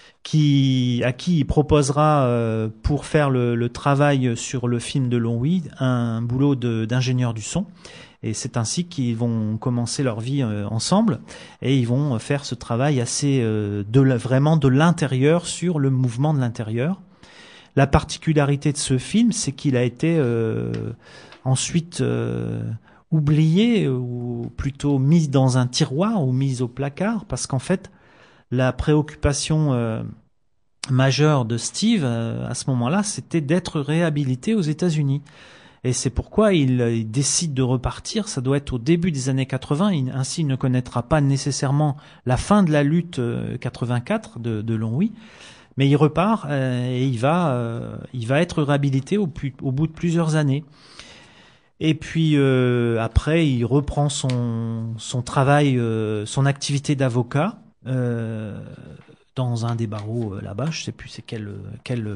qui, à qui il proposera, euh, pour faire le, le travail sur le film de Longwy, un boulot de, d'ingénieur du son. Et c'est ainsi qu'ils vont commencer leur vie euh, ensemble, et ils vont faire ce travail assez euh, de la, vraiment de l'intérieur, sur le mouvement de l'intérieur. La particularité de ce film, c'est qu'il a été euh, ensuite euh, oublié, ou plutôt mis dans un tiroir ou mis au placard, parce qu'en fait, la préoccupation euh, majeure de Steve euh, à ce moment-là, c'était d'être réhabilité aux États-Unis. Et c'est pourquoi il, il décide de repartir. Ça doit être au début des années quatre-vingts. Il, ainsi, il ne connaîtra pas nécessairement la fin de la lutte euh, quatre-vingt-quatre de, de Longwy, mais il repart euh, et il va, euh, il va être réhabilité au, au bout de plusieurs années. Et puis euh, après, il reprend son, son travail, euh, son activité d'avocat euh, dans un des barreaux euh, là-bas. Je sais plus c'est quel quel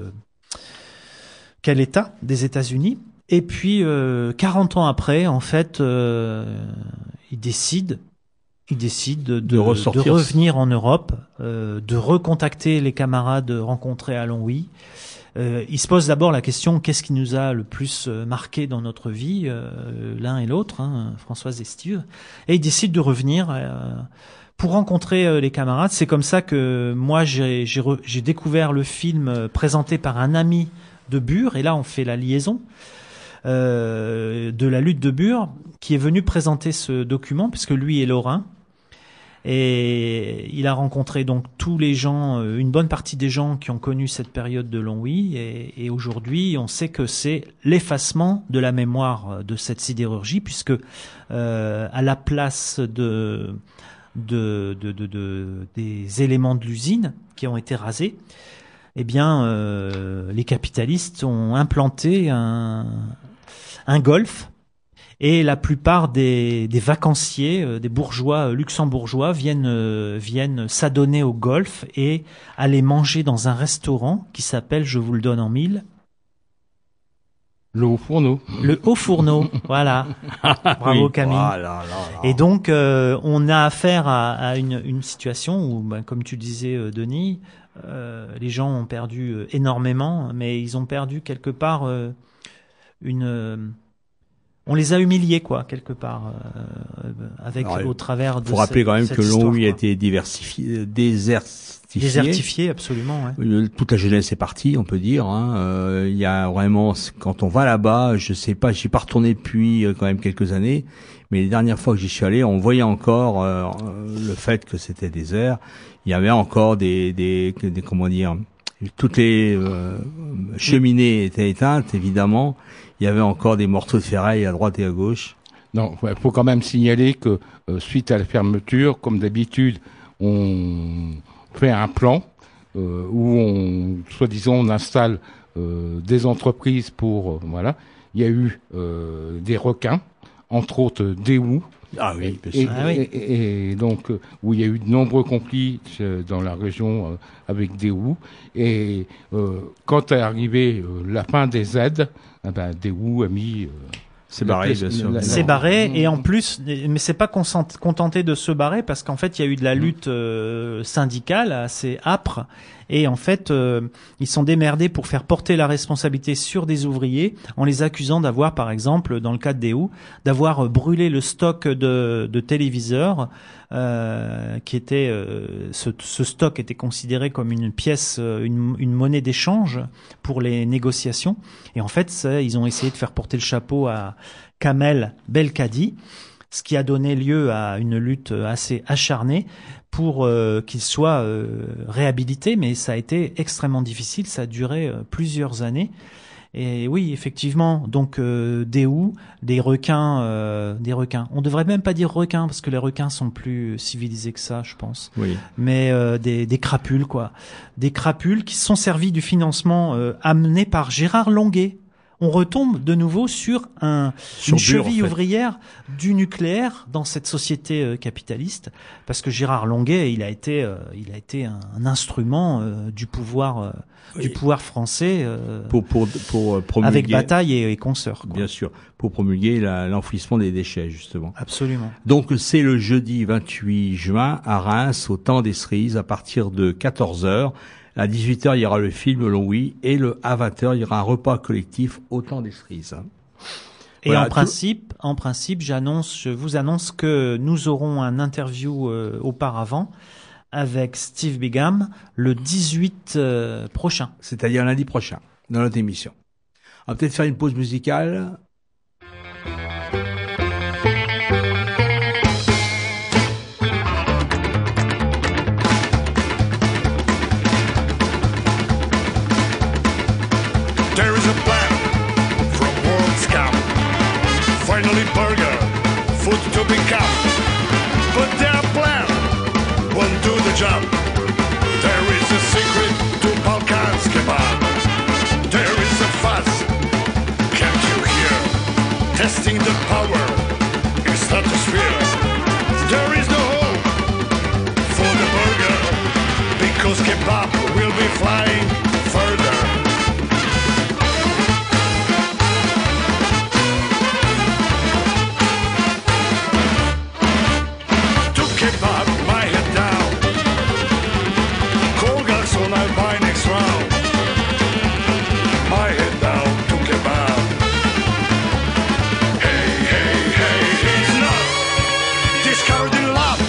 quel État des États-Unis. Et puis, euh, quarante ans après, en fait, euh, il décide, il décide de, de, de, de revenir en Europe, euh, de recontacter les camarades rencontrés à Longwy. Euh, il se pose d'abord la question, qu'est-ce qui nous a le plus marqué dans notre vie, euh, l'un et l'autre, hein, Françoise et Steve. Et il décide de revenir euh, pour rencontrer euh, les camarades. C'est comme ça que moi, j'ai, j'ai, re, j'ai découvert le film présenté par un ami de Bure, et là on fait la liaison euh, de la lutte de Bure, qui est venu présenter ce document, puisque lui est lorrain, et il a rencontré donc tous les gens, une bonne partie des gens qui ont connu cette période de Longwy, et, et aujourd'hui on sait que c'est l'effacement de la mémoire de cette sidérurgie, puisque euh, à la place de, de, de, de, de des éléments de l'usine qui ont été rasés, eh bien euh, les capitalistes ont implanté un, un golf. Et la plupart des, des vacanciers, euh, des bourgeois euh, luxembourgeois viennent euh, viennent s'adonner au golf et aller manger dans un restaurant qui s'appelle, je vous le donne en mille, le Haut Fourneau. Le Haut Fourneau, voilà. Bravo Oui. Camille. Ah là là là. Et donc euh, on a affaire à, à une, une situation où, ben, comme tu disais euh, Denis, euh, les gens ont perdu euh, énormément, mais ils ont perdu quelque part euh, une euh, on les a humiliés, quoi, quelque part, euh, avec Alors, au travers de. Faut rappeler cette, quand même cette que histoire, Longwy a quoi. été diversifié, désertifié. Désertifié, absolument. Ouais. Euh, Toute la jeunesse est partie, on peut dire. Hein. Euh, il y a vraiment, quand on va là-bas, je sais pas, j'y suis pas retourné depuis euh, quand même quelques années, mais les dernières fois que j'y suis allé, on voyait encore euh, le fait que c'était désert. Il y avait encore des, des, des comment dire, toutes les euh, cheminées étaient éteintes, évidemment. Il y avait encore des morceaux de ferraille à droite et à gauche. Non, il faut quand même signaler que euh, suite à la fermeture, comme d'habitude, on fait un plan euh, où on, soi-disant, on installe euh, des entreprises pour, euh, voilà. Il y a eu euh, des requins, entre autres des Daewoo. Ah oui, et, ah oui. et, et, et donc euh, où il y a eu de nombreux conflits euh, dans la région euh, avec Daewoo. Et euh, quand est arrivé euh, la fin des aides, eh ben, Daewoo a mis... Euh, C'est barré, bien sûr. C'est barré, et en plus, mais c'est pas consent- contenté de se barrer, parce qu'en fait, il y a eu de la lutte euh, syndicale assez âpre, et en fait, euh, ils sont démerdés pour faire porter la responsabilité sur des ouvriers, en les accusant d'avoir, par exemple, dans le cas de Daewoo, d'avoir brûlé le stock de, de téléviseurs, euh, qui était, euh, ce, ce stock était considéré comme une pièce, une, une monnaie d'échange pour les négociations, et en fait, ça, ils ont essayé de faire porter le chapeau à Kamel Belkadi, ce qui a donné lieu à une lutte assez acharnée pour euh, qu'il soit euh, réhabilité, mais ça a été extrêmement difficile, ça a duré euh, plusieurs années. Et oui, effectivement, donc euh, Daewoo, des requins, euh, des requins. On devrait même pas dire requins parce que les requins sont plus civilisés que ça, je pense. Oui. Mais euh, des, des crapules, quoi, des crapules qui se sont servis du financement euh, amené par Gérard Longuet. On retombe de nouveau sur un, Sur une Bure, cheville en fait. ouvrière du nucléaire dans cette société euh, capitaliste, parce que Gérard Longuet, il a été, euh, il a été un, un instrument euh, du pouvoir, euh, Oui. du pouvoir français, euh, Pour pour pour euh, promulguer. avec Bataille et, et consorts. quoi. Bien sûr, pour promulguer la- l'enfouissement des déchets, justement. Absolument. Donc c'est le jeudi vingt-huit juin à Reims, au temps des cerises, à partir de quatorze heures. À dix-huit heures, il y aura le film Longwy, et le, à vingt heures, il y aura un repas collectif au temps des cerises. Et Voilà, en tout- principe, en principe, j'annonce, je vous annonce que nous aurons un interview euh, auparavant avec Steve Bigham le dix-huit euh, prochain. C'est-à-dire lundi prochain, dans notre émission. On va peut-être faire une pause musicale. There is a plan from World Scam. Finally, burger, food to become. But their plan won't do the job. There is a secret to Balkan's kebab. There is a fuss, can't you hear? Testing the power in stratosphere. There is no hope for the burger because kebab will be flying further. To kebab, my head down. Call Garçon, I'll buy next round. My head down to kebab. Hey, hey, hey, he's not discarding love.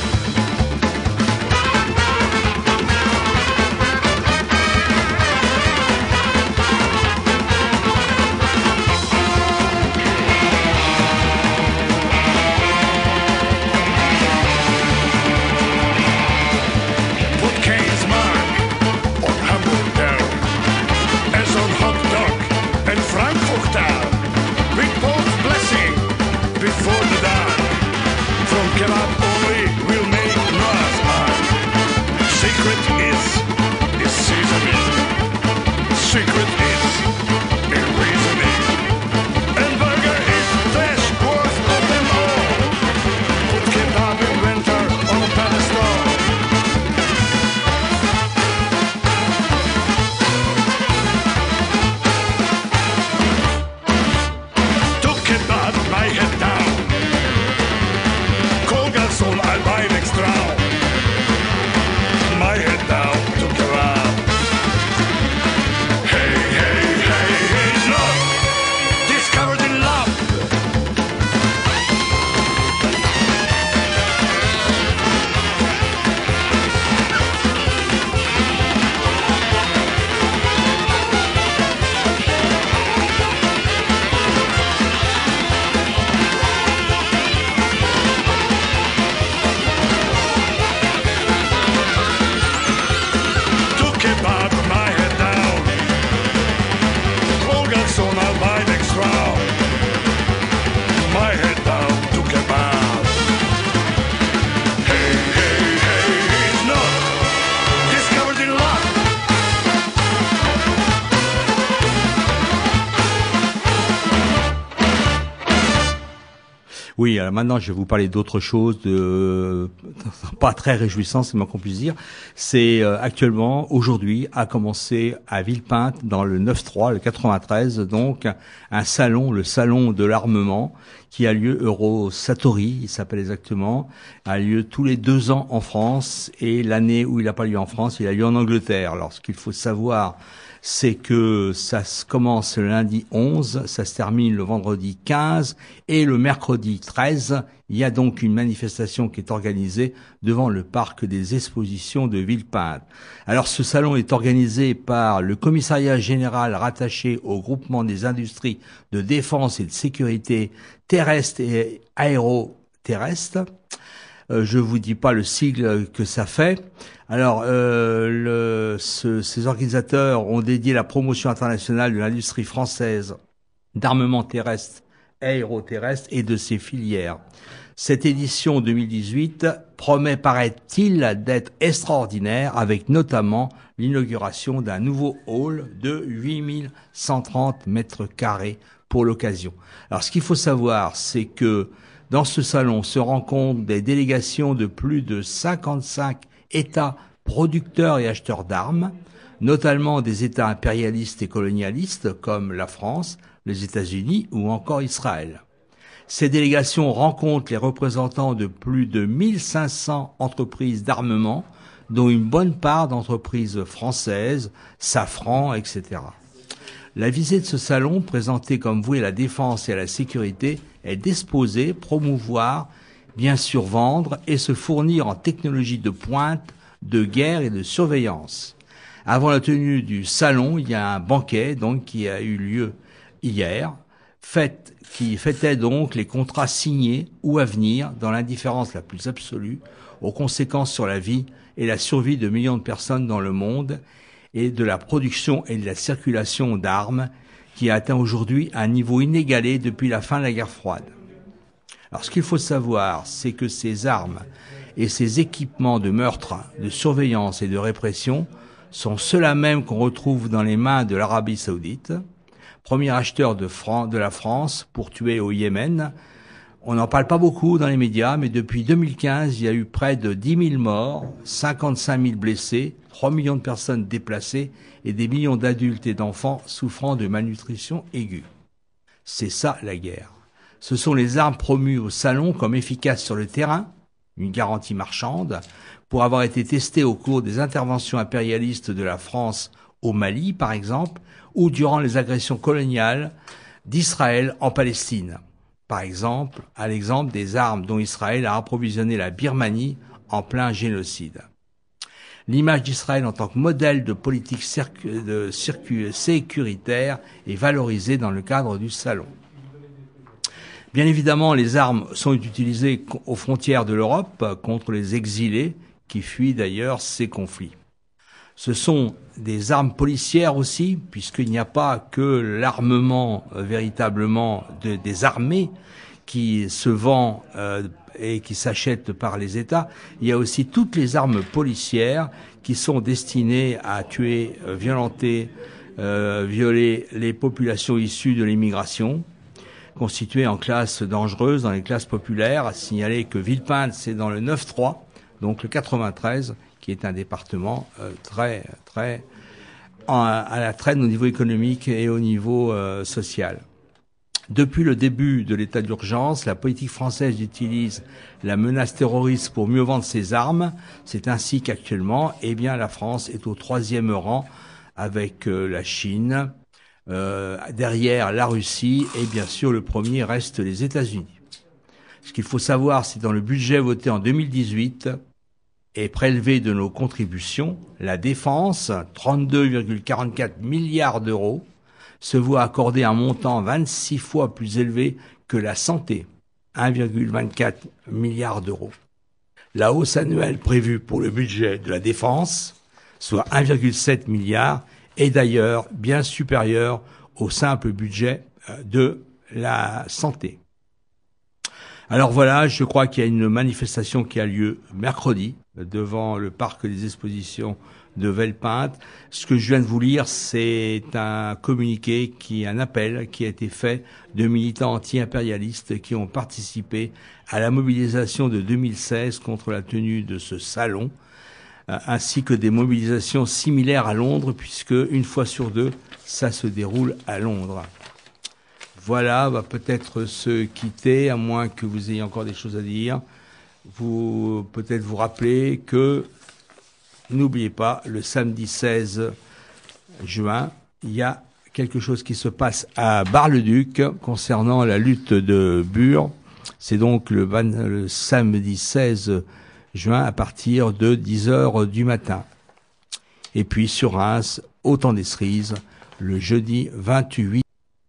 Oui, alors maintenant je vais vous parler d'autre chose, de pas très réjouissant, c'est le moins qu'on puisse dire. C'est euh, actuellement, aujourd'hui, a commencé à Villepinte, dans le neuf trois, le quatre-vingt-treize, donc un salon, le salon de l'armement, qui a lieu Eurosatori, il s'appelle exactement, a lieu tous les deux ans en France, et l'année où il n'a pas lieu en France, il a lieu en Angleterre. Alors ce qu'il faut savoir, c'est que ça se commence le lundi onze, ça se termine le vendredi quinze, et le mercredi treize, il y a donc une manifestation qui est organisée devant le parc des expositions de Villepinte. Alors ce salon est organisé par le commissariat général rattaché au groupement des industries de défense et de sécurité terrestre et aéroterrestre. Euh, je vous dis pas le sigle que ça fait. Alors, euh, le, ce, ces organisateurs ont dédié la promotion internationale de l'industrie française d'armement terrestre, aéroterrestre et de ses filières. Cette édition deux mille dix-huit promet, paraît-il, d'être extraordinaire, avec notamment l'inauguration d'un nouveau hall de huit mille cent trente mètres carrés pour l'occasion. Alors, ce qu'il faut savoir, c'est que dans ce salon se rencontrent des délégations de plus de cinquante-cinq États producteurs et acheteurs d'armes, notamment des États impérialistes et colonialistes comme la France, les États-Unis ou encore Israël. Ces délégations rencontrent les représentants de plus de mille cinq cents entreprises d'armement, dont une bonne part d'entreprises françaises, Safran, et cetera. La visée de ce salon, présenté comme voué à la défense et à la sécurité, est d'exposer, promouvoir, bien sûr vendre et se fournir en technologie de pointe, de guerre et de surveillance. Avant la tenue du salon, il y a un banquet donc qui a eu lieu hier, fête, qui fêtait donc les contrats signés ou à venir dans l'indifférence la plus absolue aux conséquences sur la vie et la survie de millions de personnes dans le monde et de la production et de la circulation d'armes qui a atteint aujourd'hui un niveau inégalé depuis la fin de la guerre froide. Alors ce qu'il faut savoir, c'est que ces armes et ces équipements de meurtre, de surveillance et de répression sont ceux-là même qu'on retrouve dans les mains de l'Arabie Saoudite, premier acheteur de, Fran- de la France pour tuer au Yémen. On n'en parle pas beaucoup dans les médias, mais depuis deux mille quinze, il y a eu près de dix mille morts, cinquante-cinq mille blessés, trois millions de personnes déplacées et des millions d'adultes et d'enfants souffrant de malnutrition aiguë. C'est ça la guerre. Ce sont les armes promues au salon comme efficaces sur le terrain, une garantie marchande, pour avoir été testées au cours des interventions impérialistes de la France au Mali, par exemple, ou durant les agressions coloniales d'Israël en Palestine. Par exemple, à l'exemple des armes dont Israël a approvisionné la Birmanie en plein génocide. L'image d'Israël en tant que modèle de politique circu- de circuit sécuritaire est valorisée dans le cadre du salon. Bien évidemment, les armes sont utilisées aux frontières de l'Europe contre les exilés qui fuient d'ailleurs ces conflits. Ce sont des armes policières aussi, puisqu'il n'y a pas que l'armement euh, véritablement de, des armées qui se vend euh, et qui s'achète par les États. Il y a aussi toutes les armes policières qui sont destinées à tuer, euh, violenter, euh, violer les populations issues de l'immigration, constituées en classes dangereuses, dans les classes populaires. À signaler que Villepinte, c'est dans le neuf trois, donc le quatre-vingt-treize, qui est un département euh, très, très en, à la traîne au niveau économique et au niveau euh, social. Depuis le début de l'état d'urgence, la politique française utilise la menace terroriste pour mieux vendre ses armes. C'est ainsi qu'actuellement, eh bien, la France est au troisième rang avec euh, la Chine, euh, derrière la Russie, et bien sûr le premier reste les États-Unis. Ce qu'il faut savoir, c'est dans le budget voté en deux mille dix-huit, et prélevé de nos contributions, la défense, trente-deux virgule quarante-quatre milliards d'euros, se voit accorder un montant vingt-six fois plus élevé que la santé, un virgule vingt-quatre milliards d'euros. La hausse annuelle prévue pour le budget de la défense, soit un virgule sept milliard, est d'ailleurs bien supérieure au simple budget de la santé. Alors voilà, je crois qu'il y a une manifestation qui a lieu mercredi devant le parc des expositions de Vellepinte. Ce que je viens de vous lire, c'est un communiqué, qui un appel qui a été fait de militants anti-impérialistes qui ont participé à la mobilisation de deux mille seize contre la tenue de ce salon, ainsi que des mobilisations similaires à Londres, puisque une fois sur deux, ça se déroule à Londres. Voilà, on va peut-être se quitter, à moins que vous ayez encore des choses à dire. Vous peut-être vous rappeler que, n'oubliez pas, le samedi seize juin, il y a quelque chose qui se passe à Bar-le-Duc concernant la lutte de Bure. C'est donc le, le samedi seize juin à partir de dix heures du matin. Et puis sur Reims, au Temps des Cerises, le jeudi vingt-huit.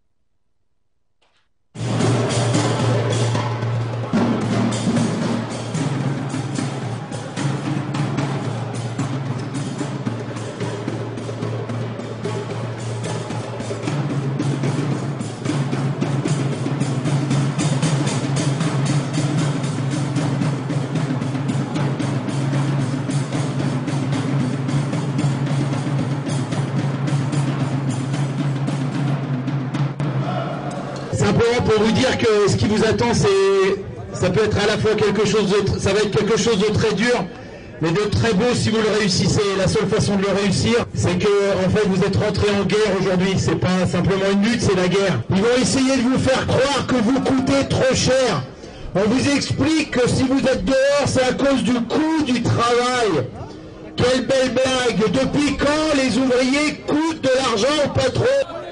Simplement pour vous dire que ce qui vous attend, c'est, ça peut être à la fois quelque chose de, ça va être quelque chose de très dur, mais de très beau si vous le réussissez. La seule façon de le réussir, c'est que, en fait, vous êtes rentré en guerre aujourd'hui. C'est pas simplement une lutte, c'est la guerre. Ils vont essayer de vous faire croire que vous coûtez trop cher. On vous explique que si vous êtes dehors, c'est à cause du coût du travail. Quelle belle blague! Depuis quand les ouvriers coûtent de l'argent au patron?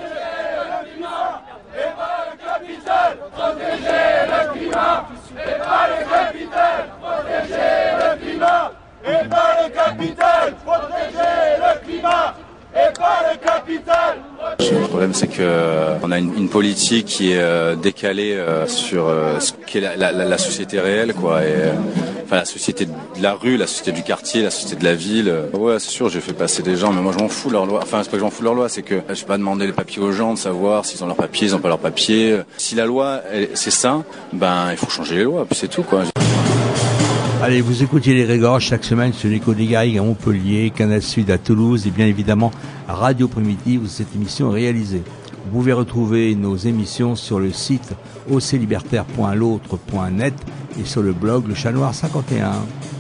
Protéger le climat, et pas le capital. Protéger le climat, et pas le capital. Protéger le climat, et pas le capital. Le problème, c'est que on a une, une politique qui est euh, décalée euh, sur euh, ce qu'est la, la, la société réelle, quoi. Et, euh, enfin, la société de la rue, la société du quartier, la société de la ville. Ouais, c'est sûr, j'ai fait passer des gens, mais moi je m'en fous de leur loi. Enfin, c'est pas que j'en fous de leur loi, c'est que je vais pas demander les papiers aux gens de savoir s'ils ont leurs papiers, ils ont pas leurs papiers. Si la loi, elle, c'est ça, ben il faut changer les lois, puis c'est tout, quoi. Allez, vous écoutez les Régorges chaque semaine sur l'Écho des Garrigues à Montpellier, Canal Sud à Toulouse et bien évidemment Radio Primitive où cette émission est réalisée. Vous pouvez retrouver nos émissions sur le site o c libertaire point l'autre point net et sur le blog Le Chat Noir cinquante et un.